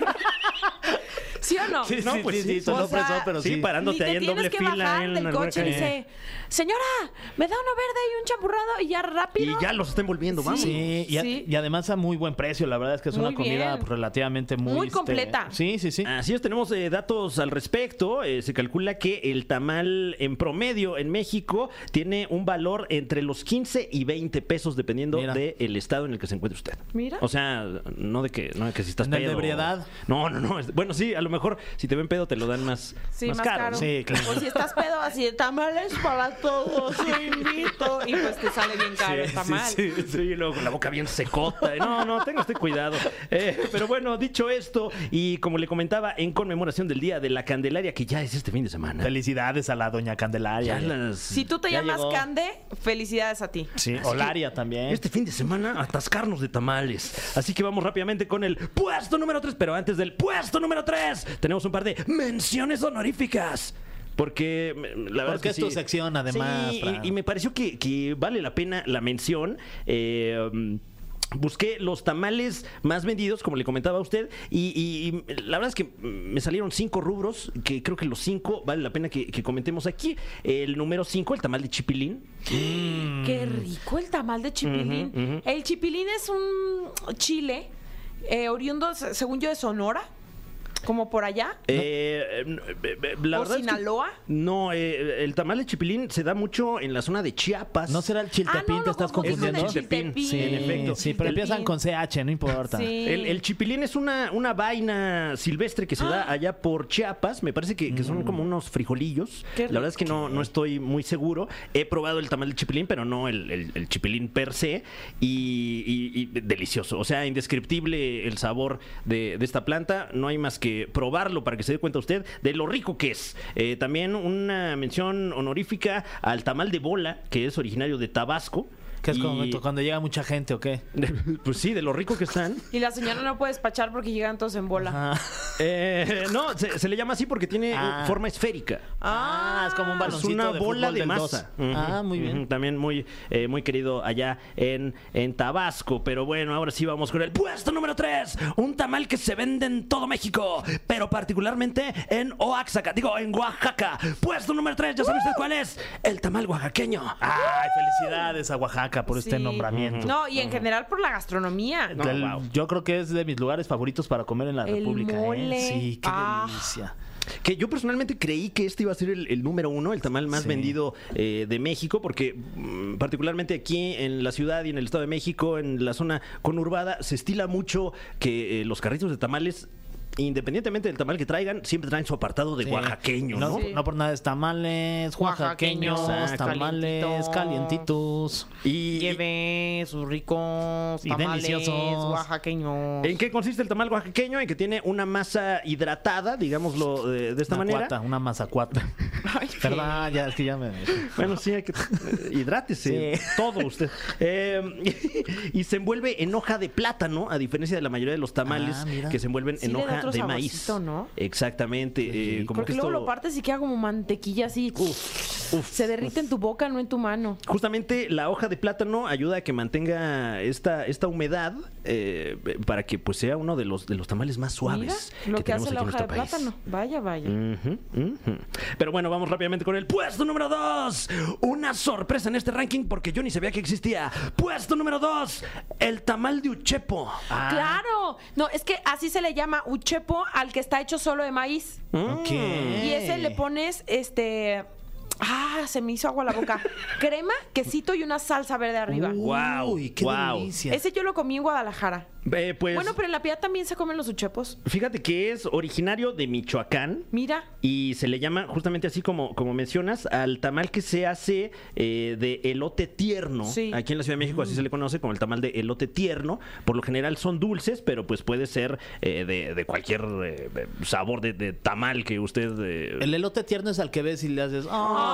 ¿Sí o no? Sí, No, sí, pues sí, sí. sí, sonó O sea, fresón, pero sí, sí. parándote Ni ahí te en tienes doble que fila bajar en del la coche y alberca. dice, señora, ¿me da uno verde y un champurrado? Y ya rápido. Y ya los está envolviendo, vamos. Sí, y, a- Sí. y además a muy buen precio. La verdad es que es Muy una comida bien. relativamente muy... Muy este, completa. Sí, sí, sí. Así es, tenemos eh, datos al respecto. Eh, se calcula que el tamal en promedio en México tiene un valor entre los quince y veinte pesos dependiendo Mira. del estado en el que se encuentre usted. Mira. O sea, no de que, no de que si estás ¿En el de pedo. ebriedad? No, no, no. es- Bueno, sí, a lo mejor si te ven pedo te lo dan más, Sí, más, más caro. caro. ¿no? Sí, claro. O si estás pedo así de tamales para todos, te invito. Y pues te sale bien caro el tamal. Sí, sí, sí, y luego con la boca bien secota. No, no, tenga usted cuidado. Eh, pero bueno, dicho esto, y como le comentaba, en conmemoración del Día de la Candelaria, que ya es este fin de semana. Felicidades a la doña Candelaria. Ya las- Si tú te Ya llamas llegó. Cande, felicidades a ti. Sí, Olaria también. Este fin de semana, atascarnos de tamales. Así que vamos rápidamente con el puesto número tres. Pero antes del puesto número tres, tenemos un par de menciones honoríficas. Porque me- la verdad Porque es que es tu sí. sección, además, Sí, Fran. y, y me pareció que, que vale la pena la mención. Eh, um, Busqué los tamales más vendidos, como le comentaba a usted, y, y- y la verdad es que me salieron cinco rubros, que creo que los cinco vale la pena que, que comentemos aquí. El número cinco, el tamal de chipilín. Qué rico el tamal de chipilín. Ujú, ujú. El chipilín es un chile eh, oriundo, se- según yo, de Sonora, como por allá. Eh, eh, eh, la ¿O verdad es que- Sinaloa? no, eh, el tamal de chipilín se da mucho en la zona de Chiapas. ¿No será el chiltepín? Ah, no, ¿Te lo estás confundí con el confundiendo? chiltepín. chiltepín. Sí, en efecto. Sí, pero Chiltepín. empiezan con C H, no importa. Sí. El, el chipilín es una, una vaina silvestre que se Ah. da allá por Chiapas. Me parece que, que son como unos frijolillos. Qué La verdad es que no, no estoy muy seguro. He probado el tamal de chipilín, pero no el, el- el chipilín per se. Y, y- y delicioso. O sea, indescriptible el sabor de, de esta planta. No hay más que probarlo para que se dé cuenta usted de lo rico que es. Eh, también una mención honorífica al tamal de bola, que es originario de Tabasco. Que es Y- como cuando llega mucha gente, ¿o qué? Pues sí, de lo rico que están. Y la señora no puede despachar porque llegan todos en bola. Ah, Eh, no, se, se le llama así porque tiene Ah. eh, forma esférica. Ah, es como un Es baloncito una de bola fútbol de del masa. dos. Ah, Ujú, muy bien. ujú, también muy, eh, muy querido allá en, en Tabasco. Pero bueno, ahora sí vamos con el puesto número tres. Un tamal que se vende en todo México, pero particularmente en Oaxaca. Digo, en Oaxaca. Puesto número tres, ¿ya sabe usted cuál es? El tamal oaxaqueño. Ay, felicidades a Oaxaca por este Sí. nombramiento. No, y en general por la gastronomía. No, Del- wow. Yo creo que es de mis lugares favoritos para comer en la El República. ¿eh? mole. Sí, qué Ah. delicia. Que yo personalmente creí que este iba a ser el, el número uno, el tamal más Sí. vendido eh, de México, porque mm, particularmente aquí en la ciudad y en el Estado de México, en la zona conurbada, se estila mucho que eh, los carritos de tamales independientemente del tamal que traigan, siempre traen su apartado de Sí. oaxaqueño, No, ¿no? Sí. no por nada es tamales, oaxaqueños, Oaxaqueños, tamales calientitos. calientitos. Y, Lleve sus ricos Y tamales deliciosos. oaxaqueños. ¿En qué consiste el tamal oaxaqueño? En que tiene una masa hidratada, digámoslo de, de esta Una manera. cuata, una mazacuata. Ay, Perdón, ya es que ya me... Bueno, sí, hay que eh, hidrátese Sí. todo usted. Eh, y se envuelve en hoja de plátano, a diferencia de la mayoría de los tamales Ah, mira. que se envuelven Sí en le da hoja otro de maíz. saborcito, ¿no? Exactamente. eh, como Porque que luego esto- lo partes y queda como mantequilla así. Se derrite en tu boca, no en tu mano. Justamente la hoja de plátano ayuda a que mantenga esta, esta humedad eh, para que pues sea uno de los de los tamales más suaves Mira lo que, tenemos hace la aquí en hoja de nuestro país. plátano. Vaya, vaya. Ujú, ujú. Pero bueno, vamos rápidamente con el puesto número dos. Una sorpresa en este ranking porque yo ni sabía que existía. Puesto número dos, el tamal de uchepo. Ah, ¡Claro! No, es que así se le llama uchepo al que está hecho solo de maíz. Ok. Y ese le pones, este... Ah, se me hizo agua la boca. Crema, quesito y una salsa verde arriba. Guau, Uy, qué guau. delicia. Ese yo lo comí en Guadalajara. Eh, pues Bueno, pero en la Piedad también se comen los uchepos. fíjate que es originario de Michoacán. Mira. Y se le llama justamente así como, como mencionas al tamal que se hace eh, de elote tierno. Sí. Aquí en la Ciudad de México así se le conoce como el tamal de elote tierno. Por lo general son dulces, pero pues puede ser eh, de, de cualquier eh, sabor de, de tamal que usted... eh, El elote tierno es al que ves y le haces...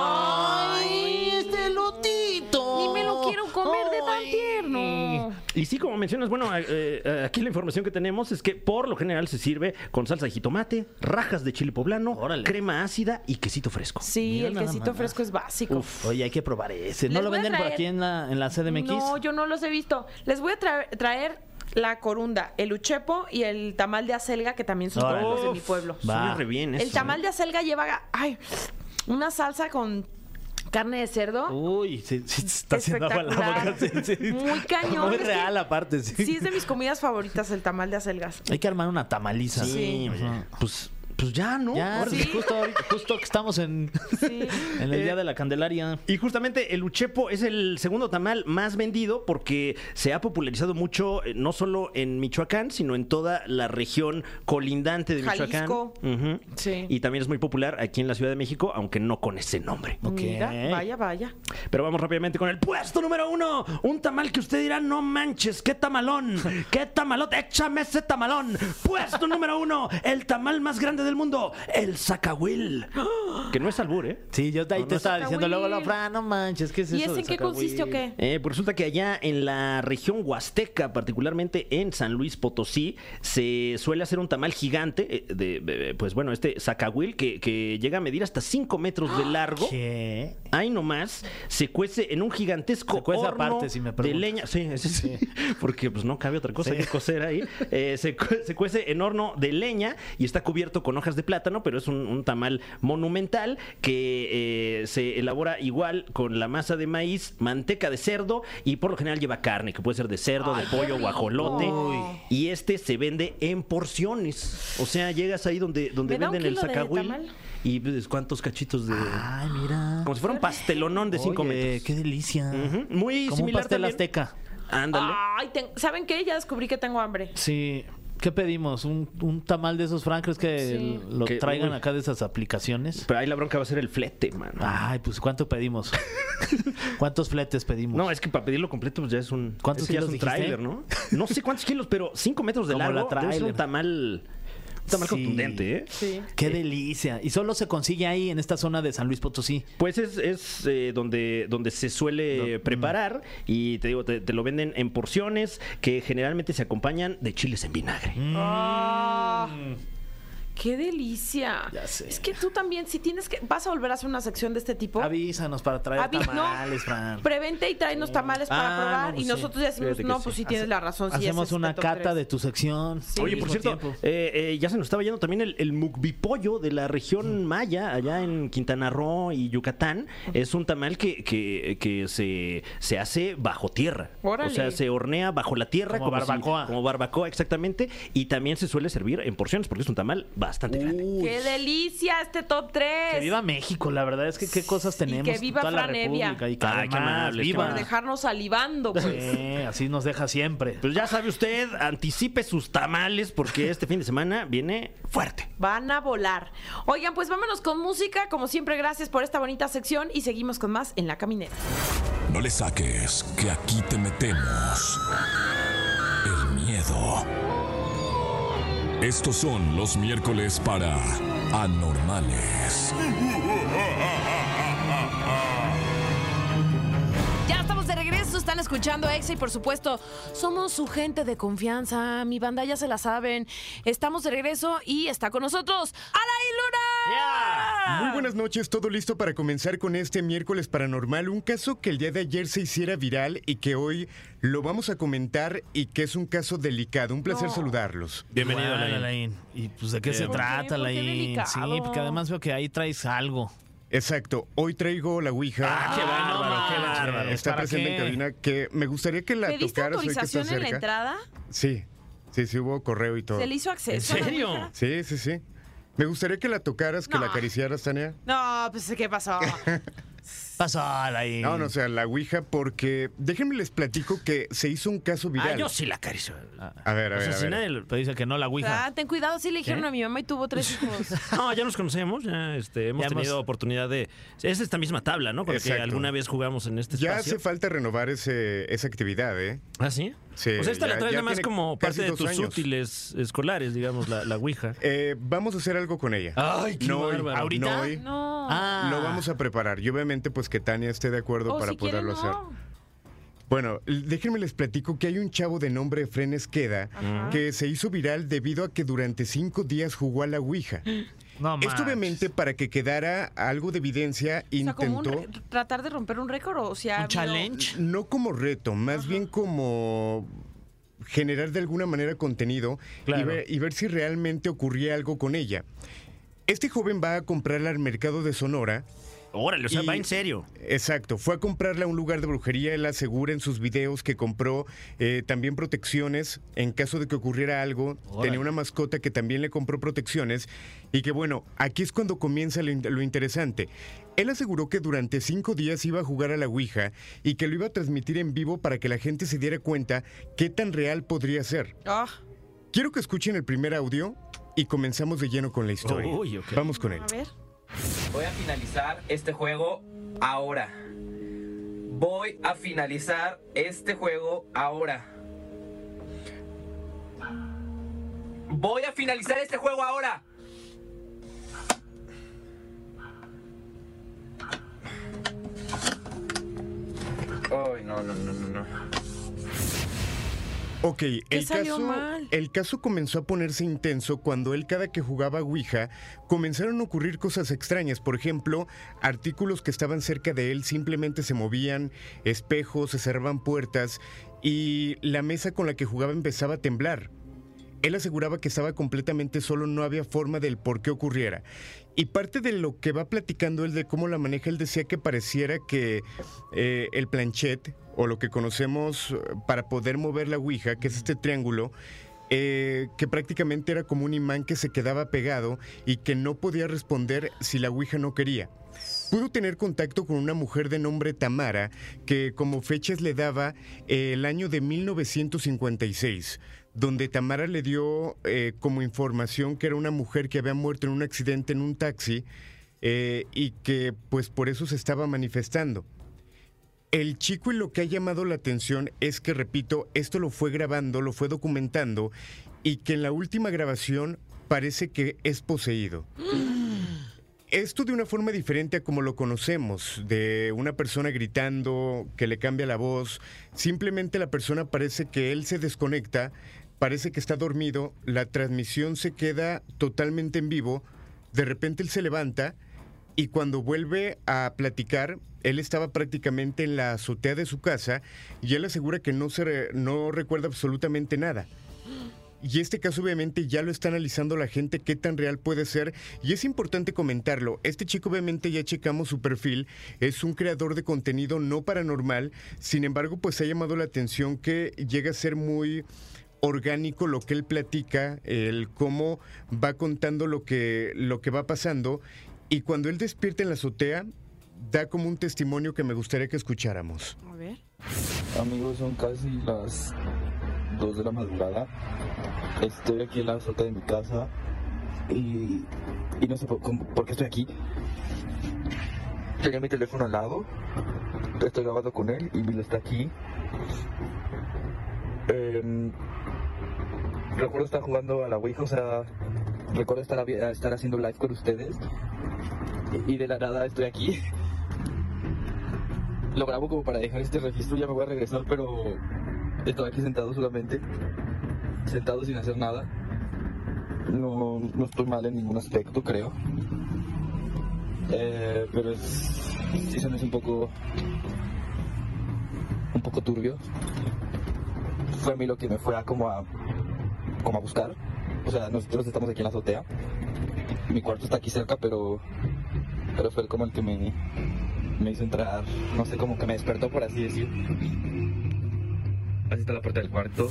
¡Ay, este elotito! Ni me lo quiero comer de tan Ay. tierno. Y sí, como mencionas, bueno, eh, eh, aquí la información que tenemos es que por lo general se sirve con salsa de jitomate, rajas de chile poblano, Órale. crema ácida y quesito fresco. Sí, Mira el nada quesito más. fresco es básico. Uf, oye, hay que probar ese. ¿No Les lo voy a venden por traer- aquí en la, en la C D M X? No, yo no los he visto. Les voy a traer, traer la corunda, el uchepo y el tamal de acelga, que también son Órale. típicos de mi Uf, pueblo. suena Va. re bien El eso, tamal ¿eh? de acelga lleva ay, una salsa con carne de cerdo. Uy, sí, sí, se está haciendo agua la Espectacular. boca. Sí, sí. Muy cañón. Muy Es que real aparte, sí. Sí, es de mis comidas favoritas el tamal de acelgas. Hay que armar una tamaliza. Sí, Ajá. pues, pues ya, ¿no? Ya, Ahora sí, sí. justo, ahorita- justo que estamos en, Sí. en el Eh, Día de la Candelaria. Y justamente el uchepo es el segundo tamal más vendido porque se ha popularizado mucho eh, no solo en Michoacán, sino en toda la región colindante de Michoacán. Jalisco. Ujú. Sí. Y también es muy popular aquí en la Ciudad de México, aunque no con ese nombre. Ok. Mira, vaya, vaya. Pero vamos rápidamente con el puesto número uno. Un tamal que usted dirá, no manches, qué tamalón, qué tamalote, échame ese tamalón. Puesto número uno, el tamal más grande del mundo, el zacahuil. Que no es albur, ¿eh? Sí, yo ahí No, te no, estaba diciendo luego, zacahuil. la Fran, no manches, ¿qué es ¿Y eso? ese de en qué zacahuil? consiste o qué? Eh, pues resulta que allá en la región huasteca, particularmente en San Luis Potosí, se suele hacer un tamal gigante, eh, de, de- pues bueno, este zacahuil que, que llega a medir hasta cinco metros de largo. ¿Qué? Ahí nomás se cuece en un gigantesco Se cuece horno aparte, si me de preguntas. leña. Sí, ese sí, porque pues no cabe otra cosa Sí. que cocer ahí. Eh, se, cu- se cuece en horno de leña y está cubierto con hojas de plátano, pero es un, un tamal monumental que eh, se elabora igual con la masa de maíz, manteca de cerdo y por lo general lleva carne, que puede ser de cerdo, de pollo, guajolote. Uy. Y este se vende en porciones. O sea, llegas ahí donde, donde ¿Me da un venden el kilo de zacahuil tamal? y pues, cuántos cachitos de... Ay, mira. Como si fuera un pastelonón de cinco Oye, metros. qué delicia. Ujú, muy Como un similar pastel también. azteca. Ándale. Ay, ten- ¿saben qué? Ya descubrí que tengo hambre. Sí. ¿Qué pedimos? ¿Un, un tamal de esos, Fran? ¿Crees que Sí. el- lo Que- traigan uy. acá de esas aplicaciones? Pero ahí la bronca va a ser el flete, mano. Ay, pues ¿cuánto pedimos? ¿Cuántos fletes pedimos? No, es que para pedirlo completo pues ya es un... ¿Cuántos ese ya kilos es un dijiste? tráiler, ¿no? No sé cuántos kilos, pero cinco metros de Como largo. la Debe ser un tráiler. tamal... Un tamal Sí. contundente, ¿eh? Sí. ¡Qué delicia! Y solo se consigue ahí, en esta zona de San Luis Potosí. Pues es, es eh, donde, donde se suele preparar y te digo, te, te lo venden en porciones que generalmente se acompañan de chiles en vinagre. Ah, ¡qué delicia! Ya sé. Es que tú también, si tienes que... ¿Vas a volver a hacer una sección de este tipo? Avísanos para traer Avi- no. tamales, Fran. Prevente y tráenos tamales para Ah, probar. no, pues y sí. nosotros ya decimos, Fíjate que no, sí. pues sí tienes la razón. sí, Hacemos ese es una el top cata tres. de tu sección. Sí. Oye, al por mismo cierto, tiempo. eh, eh, ya se nos estaba yendo también el, el mukbipollo de la región maya, allá en Quintana Roo y Yucatán. Es un tamal que, que, que se, se hace bajo tierra. Órale. O sea, se hornea bajo la tierra. Como si- barbacoa. como barbacoa, exactamente. Y también se suele servir en porciones porque es un tamal bastante grande. ¡Qué delicia este top tres! Que viva México, la verdad es que qué cosas tenemos. que viva toda la Fran Evia. República. Y que Ay, qué además amable, qué viva. Por dejarnos salivando, pues. Sí, así nos deja siempre. Pues ya sabe usted, anticipe sus tamales porque este fin de semana viene fuerte. Van a volar. Oigan, pues vámonos con música. Como siempre, gracias por esta bonita sección y seguimos con más en La Caminera. No le saques, que aquí te metemos el miedo. Estos son los miércoles para Anormales. Ya estamos de regreso, están escuchando Exa y por supuesto somos su gente de confianza, mi banda ya se la saben. Estamos de regreso y está con nosotros Alain Luna. Muy buenas noches, todo listo para comenzar con este miércoles paranormal, un caso que el día de ayer se hiciera viral y que hoy lo vamos a comentar y que es un caso delicado. Un placer No. saludarlos. Bienvenido, Igual, Alain. Alain. ¿Y pues de qué Bien. se ¿Por qué? trata, ¿Por qué Alain? delicado? Sí, porque además veo que ahí traes algo. Exacto, hoy traigo la Ouija. Ah, qué bárbaro, no qué manches. bárbaro. Está ¿para presente qué? en cabina, que me gustaría que la ¿Pediste tocaras hoy que está autorización en la cerca. entrada? Sí, sí, sí hubo correo y todo. ¿Se le hizo acceso? ¿En a la serio? Ouija? Sí, sí, sí. Me gustaría que la tocaras, que No. la acariciaras, Tania. No, pues ¿qué pasó? Pasó, Alain. No, no, o sea, la Ouija, porque déjenme les platico que se hizo un caso viral. Ah, yo sí la acaricio. A ver, a O ver, sea, a si ver. nadie lo- Pero dice que no la Ouija. Ah, ten cuidado, sí le dijeron ¿Eh? a mi mamá y tuvo tres hijos. No, ya nos conocemos, ya este, hemos Ya hemos- tenido oportunidad de... Es esta misma tabla, ¿no? Con la que Exacto. alguna vez jugamos en este Ya espacio. hace falta renovar ese, esa actividad, ¿eh? ¿Ah, sí? Sí, O sea, esta la ya- traes ya nada más tiene como casi parte de dos tus años. útiles escolares, digamos, la, la Ouija. Eh, vamos a hacer algo con ella. Ay, qué no hoy, bárbaro. ¿Ahorita? no hoy. No. Ah. Lo vamos a preparar y obviamente pues que Tania esté de acuerdo O para si quieren, poderlo hacer. no. Bueno, l- déjenme les platico que hay un chavo de nombre Efren Esqueda Ajá. que se hizo viral debido a que durante cinco días jugó a la Ouija. No Esto manches. obviamente para que quedara algo de evidencia O sea, como un intentó, re- tratar de romper un récord o sea, ¿Un challenge? no como reto, más bien como generar de alguna manera contenido y, Claro. ver, y ver si realmente ocurría algo con ella. Este joven va a comprarla al mercado de Sonora. Órale, o sea, Y- va en serio. Exacto, fue a comprarla a un lugar de brujería. Él asegura en sus videos que compró eh, también protecciones en caso de que ocurriera algo. Órale. Tenía una mascota que también le compró protecciones. Y que bueno, aquí es cuando comienza lo, in- lo interesante. Él aseguró que durante cinco días iba a jugar a la Ouija y que lo iba a transmitir en vivo para que la gente se diera cuenta qué tan real podría ser. Ah, Quiero que escuchen el primer audio y comenzamos de lleno con la historia. Uy, ok. Vamos con él. a ver. Voy a finalizar este juego ahora. Voy a finalizar este juego ahora. Voy a finalizar este juego ahora. Ay, no, no, no, no, no. Ok, el salió caso, mal? el caso comenzó a ponerse intenso cuando él cada que jugaba Ouija comenzaron a ocurrir cosas extrañas. Por ejemplo, artículos que estaban cerca de él simplemente se movían, espejos, se cerraban puertas y la mesa con la que jugaba empezaba a temblar. Él aseguraba que estaba completamente solo, no había forma del por qué ocurriera. Y parte de lo que va platicando él de cómo la maneja, él decía que pareciera que eh, el planchet, o lo que conocemos eh, para poder mover la Ouija, que es este triángulo, eh, que prácticamente era como un imán que se quedaba pegado y que no podía responder si la Ouija no quería. Pudo tener contacto con una mujer de nombre Tamara, que como fechas le daba eh, el año de mil novecientos cincuenta y seis, donde Tamara le dio eh, como información que era una mujer que había muerto en un accidente en un taxi eh, y que pues por eso se estaba manifestando. El chico, y lo que ha llamado la atención es que, repito, esto lo fue grabando, lo fue documentando y que en la última grabación parece que es poseído. Esto de una forma diferente a como lo conocemos, de una persona gritando, que le cambia la voz. Simplemente la persona parece que él se desconecta, parece que está dormido, la transmisión se queda totalmente en vivo, de repente él se levanta y cuando vuelve a platicar, él estaba prácticamente en la azotea de su casa y él asegura que no, se re- no recuerda absolutamente nada. Y este caso obviamente ya lo está analizando la gente, qué tan real puede ser, y es importante comentarlo. Este chico obviamente ya checamos su perfil, es un creador de contenido no paranormal, sin embargo pues ha llamado la atención que llega a ser muy orgánico lo que él platica, el cómo va contando lo que, lo que va pasando, y cuando él despierta en la azotea, da como un testimonio que me gustaría que escucháramos. A ver. Amigos, son casi las dos de la madrugada. Estoy aquí en la azotea de mi casa y, y no sé por, por qué estoy aquí. Tenía mi teléfono al lado, estoy grabando con él y Milo está aquí. Eh, recuerdo estar jugando a la Ouija, o sea, recuerdo estar, estar haciendo live con ustedes y, y de la nada estoy aquí. Lo grabo como para dejar este registro, ya me voy a regresar, pero estoy aquí sentado solamente, sentado sin hacer nada. No, no estoy mal en ningún aspecto, creo. Eh, pero es, sí se me hace un poco, un poco turbio. Fue a mí lo que me fue a como a, como a buscar. O sea, nosotros estamos aquí en la azotea. Mi cuarto está aquí cerca, pero, pero fue como el que me, me hizo entrar, no sé, como que me despertó, por así decir. Así está la puerta del cuarto.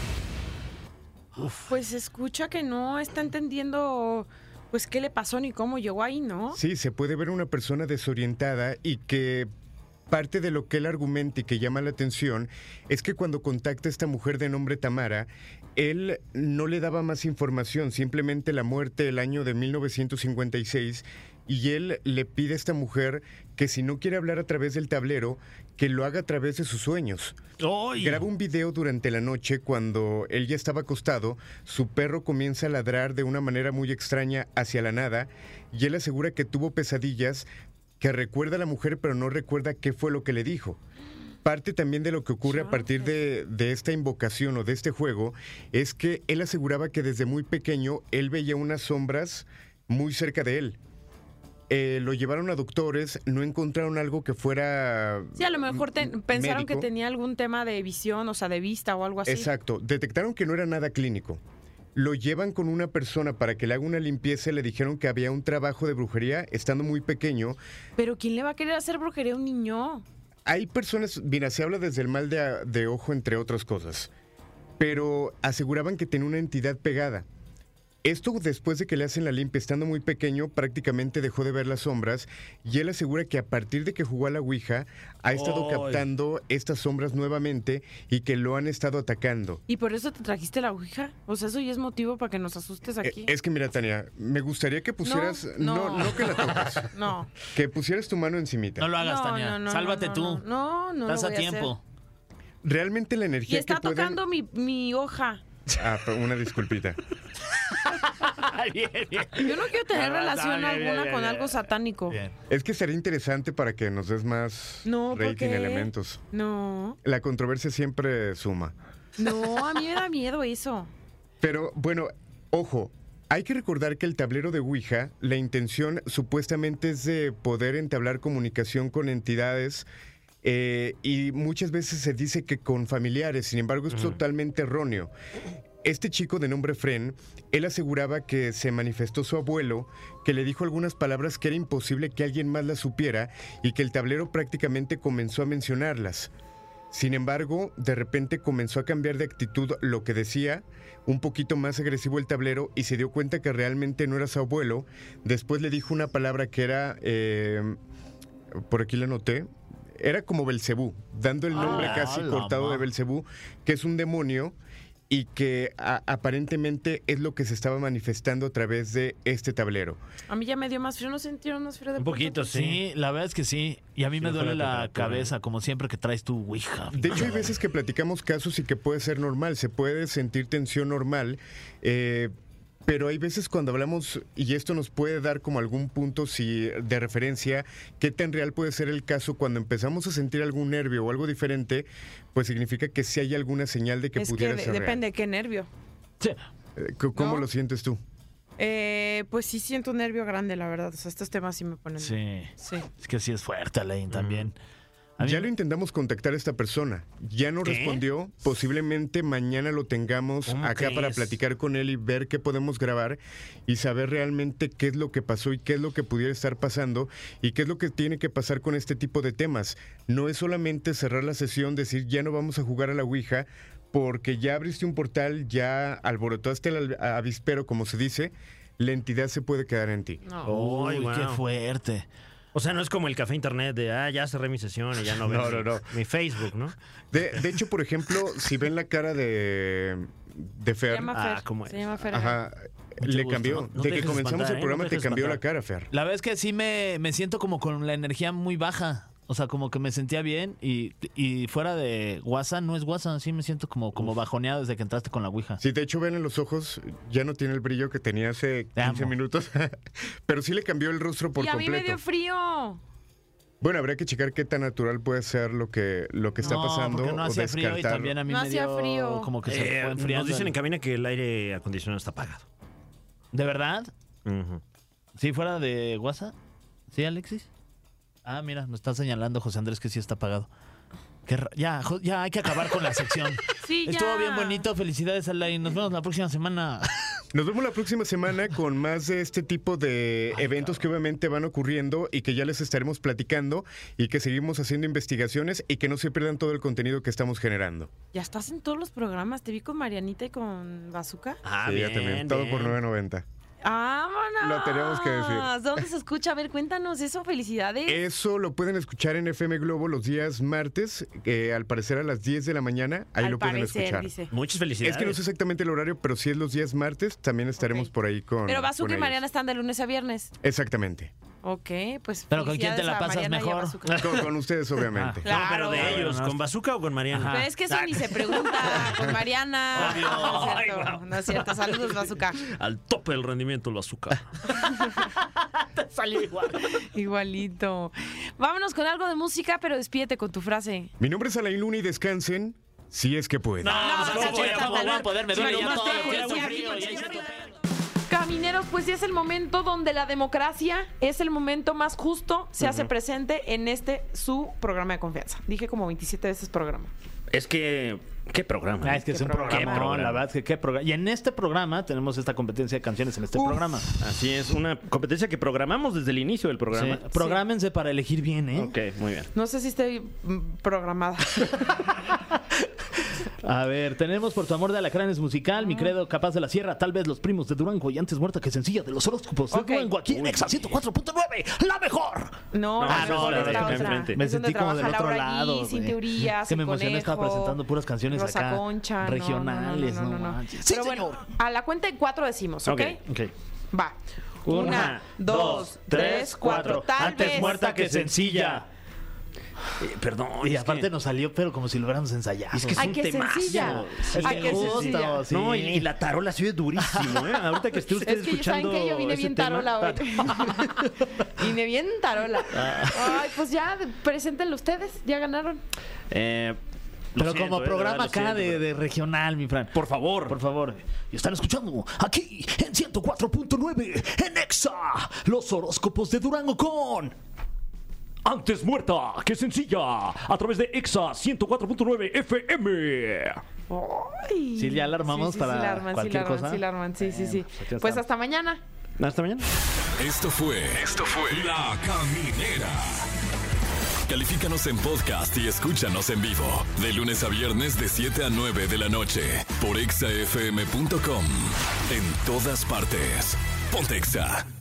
Pues escucha que no está entendiendo pues qué le pasó ni cómo llegó ahí, ¿no? Sí, se puede ver una persona desorientada y que parte de lo que él argumenta y que llama la atención es que cuando contacta a esta mujer de nombre Tamara, él no le daba más información, simplemente la muerte del año de mil novecientos cincuenta y seis, y él le pide a esta mujer que si no quiere hablar a través del tablero, que lo haga a través de sus sueños. ¡Ay! Graba un video durante la noche cuando él ya estaba acostado, su perro comienza a ladrar de una manera muy extraña hacia la nada, y él asegura que tuvo pesadillas, que recuerda a la mujer pero no recuerda qué fue lo que le dijo. Parte también de lo que ocurre a partir de, de esta invocación o de este juego es que él aseguraba que desde muy pequeño él veía unas sombras muy cerca de él. Eh, lo llevaron a doctores, no encontraron algo que fuera Sí, a lo mejor te- pensaron médico. que tenía algún tema de visión, o sea, de vista o algo así. Exacto, detectaron que no era nada clínico. Lo llevan con una persona para que le haga una limpieza y le dijeron que había un trabajo de brujería estando muy pequeño. Pero ¿quién le va a querer hacer brujería a un niño? Hay personas, mira, se habla desde el mal de, de ojo, entre otras cosas, pero aseguraban que tenía una entidad pegada. Esto después de que le hacen la limpia estando muy pequeño, prácticamente dejó de ver las sombras, y él asegura que a partir de que jugó a la Ouija, ha estado ¡Ay! captando estas sombras nuevamente y que lo han estado atacando. ¿Y por eso te trajiste la ouija? O sea, eso ya es motivo para que nos asustes Eh, aquí. Es que mira, Tania, me gustaría que pusieras, no, no. no, que la tocas, No. que pusieras tu mano encimita. No lo hagas, No, Tania. no, no, Sálvate no, tú. No, no, no Estás lo a voy a tiempo. Realmente la hacer. Y energía está que pueden... tocando mi, mi hoja. Ah, pero una disculpita. Bien, bien. Yo no quiero tener Ah, está relación bien, bien, alguna bien, con bien. algo satánico. Bien. Es que sería interesante para que nos des más No, ¿por rating qué? elementos. No, La controversia siempre suma. no, a mí me da miedo eso. Pero bueno, ojo, hay que recordar que el tablero de Ouija, la intención supuestamente es de poder entablar comunicación con entidades eh, y muchas veces se dice que con familiares, sin embargo es totalmente erróneo. Este chico de nombre Fren, él aseguraba que se manifestó su abuelo, que le dijo algunas palabras que era imposible que alguien más las supiera y que el tablero prácticamente comenzó a mencionarlas. Sin embargo, de repente comenzó a cambiar de actitud lo que decía, un poquito más agresivo el tablero, y se dio cuenta que realmente no era su abuelo. Después le dijo una palabra que era, eh, por aquí la anoté, era como Belcebú, dando el nombre Ah, casi la cortado ma- de Belcebú, que es un demonio y que a- aparentemente es lo que se estaba manifestando a través de este tablero. A mí ya me dio más frío, ¿no sentieron más frío de Un pronto? poquito, sí. Sí, la verdad es que sí. Y a mí Sí, me bajó duele la la temperatura. cabeza, como siempre que traes tu Ouija. De hecho, hay veces que platicamos casos y que puede ser normal, se puede sentir tensión normal, eh, pero hay veces cuando hablamos, y esto nos puede dar como algún punto si, de referencia, qué tan real puede ser el caso cuando empezamos a sentir algún nervio o algo diferente, pues significa que sí hay alguna señal de que Es que pudiera de- ser depende real. de qué nervio. Sí. Eh, c- ¿Cómo ¿no? lo sientes tú? Eh, pues sí siento un nervio grande, la verdad. O sea, estos temas sí me ponen... Sí. Sí. Es que sí es fuerte, Alain, también. A mí- Ya lo intentamos contactar a esta persona, ya no ¿Qué? respondió, posiblemente mañana lo tengamos ¿Cómo acá para crees? platicar con él y ver qué podemos grabar y saber realmente qué es lo que pasó y qué es lo que pudiera estar pasando y qué es lo que tiene que pasar con este tipo de temas. No es solamente cerrar la sesión, decir ya no vamos a jugar a la Ouija, porque ya abriste un portal, ya alborotaste el avispero, como se dice, la entidad se puede quedar en ti. Uy, Ay, qué wow. fuerte. O sea, no es como el café internet de, ah, ya cerré mi sesión y ya no veo No, mi, no, no. mi Facebook, ¿no? De, de hecho, por ejemplo, si ven la cara de, de Se Fer, llama Ah, Fer. ¿cómo Se es? llama Fer. ajá, Mucho le gusto. cambió. No- no de te que dejes comenzamos espantar, el ¿eh? programa No te te dejes cambió la espantar. cara, Fer. La verdad es que sí me, me siento como con la energía muy baja. O sea, como que me sentía bien y, y fuera de WhatsApp, no es WhatsApp, sí me siento como, como bajoneado desde que entraste con la Ouija. Si de hecho ven en los ojos, ya no tiene el brillo que tenía hace Te quince amo. minutos, pero sí le cambió el rostro por Y a mí completo. me dio frío. Bueno, habría que checar qué tan natural puede ser lo que, lo que está no, pasando porque no o hacía frío y descartar. también a mí No me hacía dio frío. como que se Eh, fue enfriando. nos dicen en el- cabina que el aire acondicionado está apagado. ¿De verdad? Ujú. ¿Sí fuera de WhatsApp? ¿Sí, Alexis? Ah, mira, nos está señalando José Andrés que sí está apagado. Qué ra- ya, jo- ya hay que acabar con la sección. Sí, ya. Estuvo bien bonito, felicidades, Alain. Nos vemos la próxima semana. Nos vemos la próxima semana con más de este tipo de eventos que obviamente van ocurriendo y que ya les estaremos platicando y que seguimos haciendo investigaciones y que no se pierdan todo el contenido que estamos generando. Ya estás en todos los programas. Te vi con Marianita y con Bazooka. Ah, Sí, ya bien, también. Todo por bien. nueve noventa. ¡Vámonos! Lo teníamos que decir. ¿Dónde se escucha? A ver, cuéntanos eso. Felicidades. Eso lo pueden escuchar en F M Globo los días martes, eh, al parecer a las diez de la mañana. Ahí Al lo pueden parecer, escuchar. dice. Muchas felicidades. Es que no sé exactamente el horario, pero si es los días martes, también estaremos Ok. por ahí con. Pero Bazooka con y ellos. Mariana están de lunes a viernes. Exactamente. Ok, pues. Pero ¿con quién te la felicidades a pasas Mariana y a mejor? Bazooka. Con, con ustedes, obviamente. Claro. No, pero de Claro, ellos, no, ¿con Bazooka o con Mariana? Pero es que eso ni se pregunta con Mariana. Obvio. No es Ay, cierto. guau. No es cierto. Saludos, Bazooka. Al tope del rendimiento el Bazooka. Salió igual. Igualito. Vámonos con algo de música, pero despídete con tu frase. Mi nombre es Alain Luna y descansen si es que pueden. No, no, ¿cómo no, voy no, a- cómo no, voy a no. poder? Me Sí, duele ya nomás todo. te- ya estoy sí, frío, sí, ya sí, hice sí. tu- Camineros, pues ya es el momento donde la democracia es el momento más justo, se hace presente en este su programa de confianza. Dije como veintisiete veces programa. Es que, ¿qué programa? Ah, es que es un programa. programa. ¿Qué No, programa? la verdad es que qué programa. Y en este programa tenemos esta competencia de canciones en este programa. Así es, una competencia que programamos desde el inicio del programa. Sí. Prográmense para elegir bien, ¿eh? Ok, muy bien. No sé si estoy mm, programada. A ver, tenemos Por tu amor de alacranes musical, Mi credo capaz de la sierra, tal vez Los primos de Durango y Antes muerta que sencilla de los horóscopos Ok. de Durango, aquí en Exa ciento cuatro punto nueve, la mejor. No, No, esa no, es la la de otra. enfrente. Me Es donde sentí como del trabaja otro Laura lado. G, güey. Cintia Urias, Es que me El emocioné, estaba Conejo, presentando puras canciones Rosa acá Concha, no, regionales, no, no, no, no, no. manches. Sí, Pero bueno, señor. a la cuenta de cuatro decimos, ¿ok? Ok. Va. Una, dos, tres, cuatro. Tal Antes vez. muerta que sencilla. Eh, perdón, Y es aparte que- nos salió, pero como si lo hubiéramos ensayado. Es que es Ay, un qué temazo. sencilla. Es Ay, que qué justo, sencilla. sí. No, y, y la tarola se oye durísimo, ¿eh? Ahorita que esté usted Es que ya saben escuchando que yo vine ese bien tema. tarola hoy. Vine bien tarola. Ay, pues ya, preséntenlo ustedes. Ya ganaron. Eh, lo Pero siento, como eh, programa de verdad, lo acá de, siento, de regional, mi Fran. Por favor. Por favor. Y están escuchando aquí en ciento cuatro punto nueve en Exa, los horóscopos de Durango con Antes muerta que sencilla. A través de Exa ciento cuatro punto nueve F M. Ay. Sí, ya la armamos Sí, sí, para sí, la arman, cualquier sí, la arman, cosa. Sí, la arman, sí, sí, sí. Bueno, pues aquí Pues estamos. hasta mañana. Hasta mañana. Esto fue. Esto fue. La Caminera. Califícanos en podcast y escúchanos en vivo. De lunes a viernes de siete a nueve de la noche. Por exa f m punto com. En todas partes. Ponte Exa.